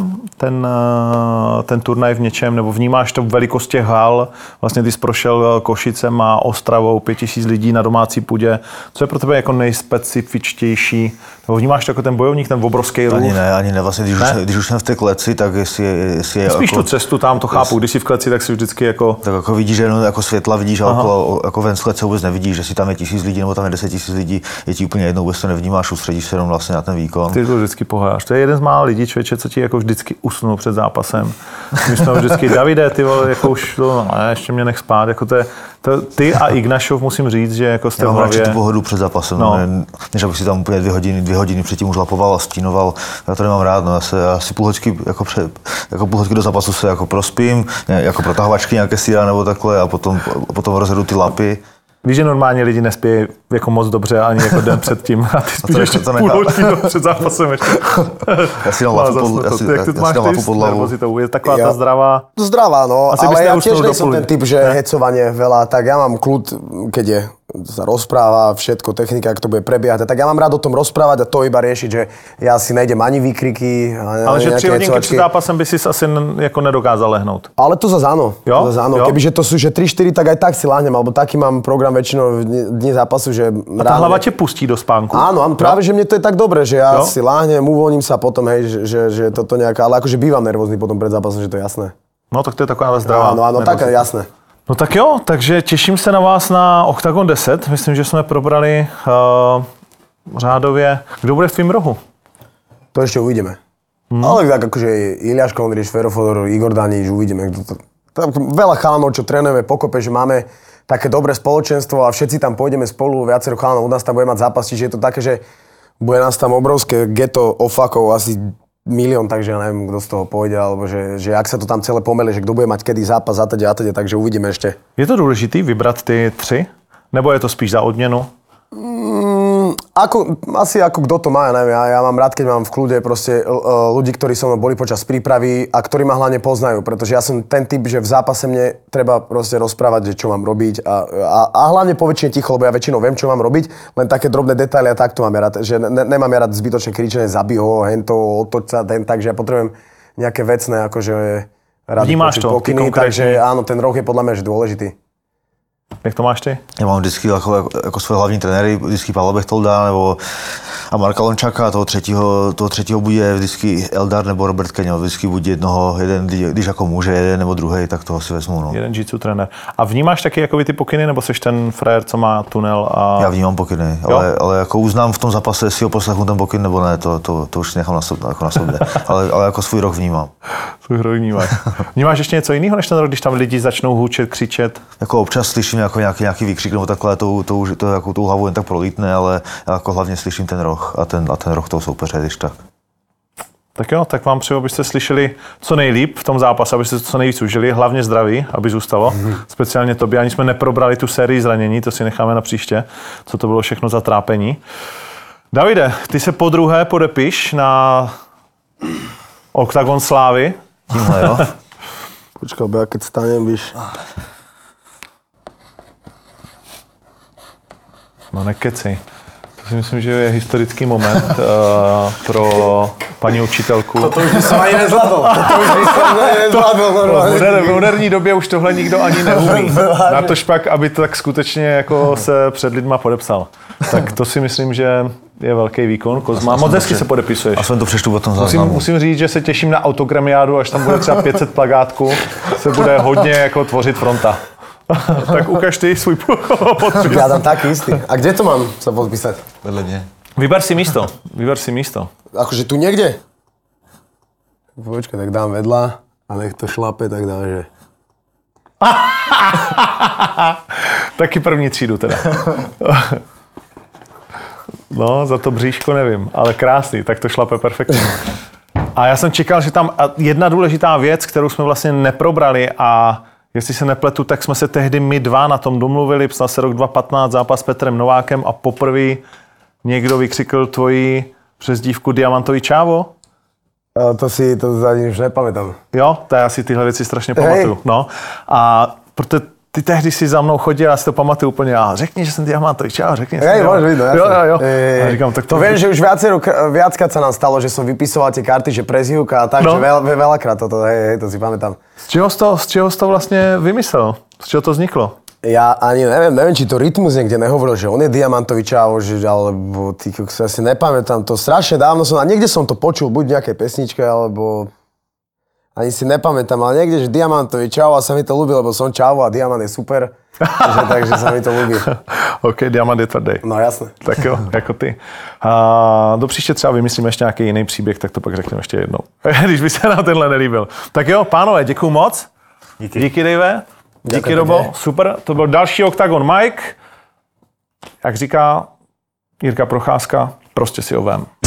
ten turnaj v něčem, nebo vnímáš to velikost těch hal? Vlastně ty jsi prošel Košicem a Ostravou, 5 000 lidí na domácí půdě. Co je pro tebe jako nejspecifičtější? Nebo vnímáš to jako ten bojovník, ten obrovský rův? Ani ne. Vlastně, když už jsem v té kleci, tak jestli je spíš jako, tu cestu tam, to chápu. Když jsi v kleci, tak si vždycky jako... Tak jako vidíš, že jenom jako světla vidíš, ale jako ven z klece vůbec nevidíš, že si tam je 1000 lidí nebo tam je 10 000 lidí, je ti úplně jedno, vůbec to nevnímáš, soustředíš se jenom vlastně na ten výkon. Ty to vždycky pohádáš. To je jeden z mála lidí, člověče, co ti jako vždycky usnul před zápasem. My jsme vždycky, Davide, ty vole, jako už to, no, ještě mě nech spát, jako ty a Ignašov musím říct, že jako jste v hlavě... Já mám pohodu před zápasem, no. Než abych si tam úplně 2 hodiny předtím už lapoval a stínoval, já to nemám rád, no. Já si půl hoďky do zápasu se jako prospím, jako protahovačky nějaké si dá nebo takhle a potom rozjedu ty lapy. Víš, že normálně lidi nespějí jako moc dobře ani jako den předtím a ty spíš ještě půl hodky před zápasem ještě. Já si dám lapu pod hlavu. Je taková ta zdravá... Zdravá, no, ale ja tiež nejsem ten typ, že hecovanie veľa, tak ja mám kľud, keď sa rozpráva, všetko, technika, ak to bude prebiehať, tak ja mám rád o tom rozprávať a to iba riešiť, že ja si nejdem ani výkriky. Ale že 3 hodinky před zápasem by si asi jako nedokázal lehnout. Ale to zase áno. Jo? Kebyže to sú že 3-4, tak aj tak si láhnem, alebo taký mám program väčšinou v dni zápasu, že... A tá hlava tě pustí do spánku. Áno, práve, že mne to je tak dobre, že ja si láhnem, uvoľním sa potom, hej, že toto nejaká, ale akože bývam nervózny potom pred zápasom, že to je jasné. No tak to je taková zdravá. Áno, tak jasné. No tak jo, takže těším se na vás na Octagon 10. Myslím, že jsme probrali řádově. Kdo bude v tvým rohu? To ešte uvidíme. Ale tak akože Iliáš Kondriš, Fero Fodor, Igor Danič, uvidíme. Veľa chalanov, čo trénujeme pokope, že máme také dobré spoločenstvo a všetci tam pôjdeme spolu, viacero chalanov od nás tam bude mať zápas, čiže je to také, že bude nás tam obrovské ghetto ofakov, asi 1 000 000, takže ja neviem, kto z toho pôjde, alebo že ak sa to tam celé pomeli, že kto bude mať kedy zápas a teď, takže uvidíme ešte. Je to důležitý vybrat ty 3? Nebo je to spíš za odměnu? Asi ako kto to má, ja neviem, ja mám rád, keď mám v kľude proste ľudí, ktorí so mnou boli počas prípravy a ktorí ma hlavne poznajú, pretože ja som ten typ, že v zápase mne treba proste rozprávať, že čo mám robiť a hlavne po väčšine ticho, lebo ja väčšinou viem, čo mám robiť, len také drobné detaily a tak to mám ja rád, že nemám ja rád zbytočné kričenie, zabij ho, hento, otoč sa, takže ja potrebujem nejaké vecné, akože rád pokyny, takže áno, ten roh je podľa mňa že dôležitý. Jak to máš ty? Já mám vždycky jako svoje hlavní trenéry, vždycky Pavla Bechtolda nebo a Marka Lončáka, toho třetího bude vždycky Eldar nebo Robert Keňo, vždycky buď jeden, když jako může, jeden nebo druhý, tak toho si vezmu. No. Jeden jiu-jitsu trenér. A vnímáš taky jakoby ty pokyny, nebo jsi ten frajer, co má tunel a... Já vnímám pokyny, ale jako uznám v tom zápase, jestli ho poslechnu ten pokyn nebo ne, to už nechám na sobě. ale jako svůj rok vnímám. Svůj rok vnímáš. Vnímáš ještě něco jiného než ten rok, když tam lidi začnou hučet, křičet? Jako občas slyším jako nějaký výkřik nebo takhle, to jako tou hlavu jen tak prolítne, ale jako hlavně slyším ten roh a ten roh toho soupeře, když tak. Tak jo, tak vám přeju, abyste slyšeli co nejlíp v tom zápase, abyste to co nejvíc užili, hlavně zdraví, aby zůstalo. Speciálně tobě, ani jsme neprobrali tu sérii zranění, to si necháme na příště, co to bylo všechno za trápení. Davide, ty se podruhé podepiš na Octagon Slávy. Tímhle, jo? Počkaj, bo ja keď stanem, víš. No nekecej. To si myslím, že je historický moment pro paní učitelku. To už by som ani nezvládol. V moderní době už tohle nikdo ani neumí. Na to špak, aby to tak skutečně jako se před lidma podepsal. Tak to si myslím, že je velký výkon. Kozma, moc hezky se podepisuješ. A jsem to přečtu o tom záznamu. Musím říct, že se těším na autogramiádu, až tam bude třeba 500 plagátků, se bude hodně jako tvořit fronta. Tak ukaž ty svůj podpis. Ja dám taký istý. A kde to mám sa podpísať? Vedle mě. Vyber si místo. Akože tu niekde? Počkaj, tak dám vedľa a nech to šlape, tak dám, že... Taky první třídu teda. No, za to bříško nevím, ale krásný, tak to šlape perfektně. A já jsem čekal, že tam jedna důležitá věc, kterou jsme vlastně neprobrali a jestli se nepletu, tak jsme se tehdy my dva na tom domluvili, psal se rok 2015, zápas s Petrem Novákem a poprvé někdo vykřikl tvoji přezdívku Diamantový čávo? To ani už nepamätám. Jo, to já si tyhle věci strašně pamatuju. No. A protože ty tehdy si za mnou chodil, já si to pamatuju úplně, a řekni, že jsem diamantový, čau, řekni. Môžeš byť, no jasne. Jo. A říkám, tak to viem, že už viackrát sa nám stalo, že som vypisoval tie karty, že prezývka a tak, že veľakrát toto, to si pamätám. Z čeho jsi to vlastně vymyslel? Z čeho to vzniklo? Ja ani neviem, či to Rytmus niekde nehovoril, že on je diamantový čavo, alebo sa si nepamätám, to strašne dávno som, a niekde som to počul, buď v nejakej pesničke, alebo ani si nepamätám, ale niekde, že diamantový čavo a sa mi to ľúbi, lebo som čavo a diamant je super, takže sa mi to ľúbi. OK, diamant je tvrdý. No jasné. Tak jo, jako ty. A do příště třeba vymyslíme ještě nějaký jiný příběh, tak to pak řekneme ještě jednou. Když by se nám tenhle nelíbil. Tak jo, pánové, děkuju moc. Díky Dave. Díky, Robo, super. To byl další Oktagon Mike. Jak říká Jirka Procházka, prostě si ho vem.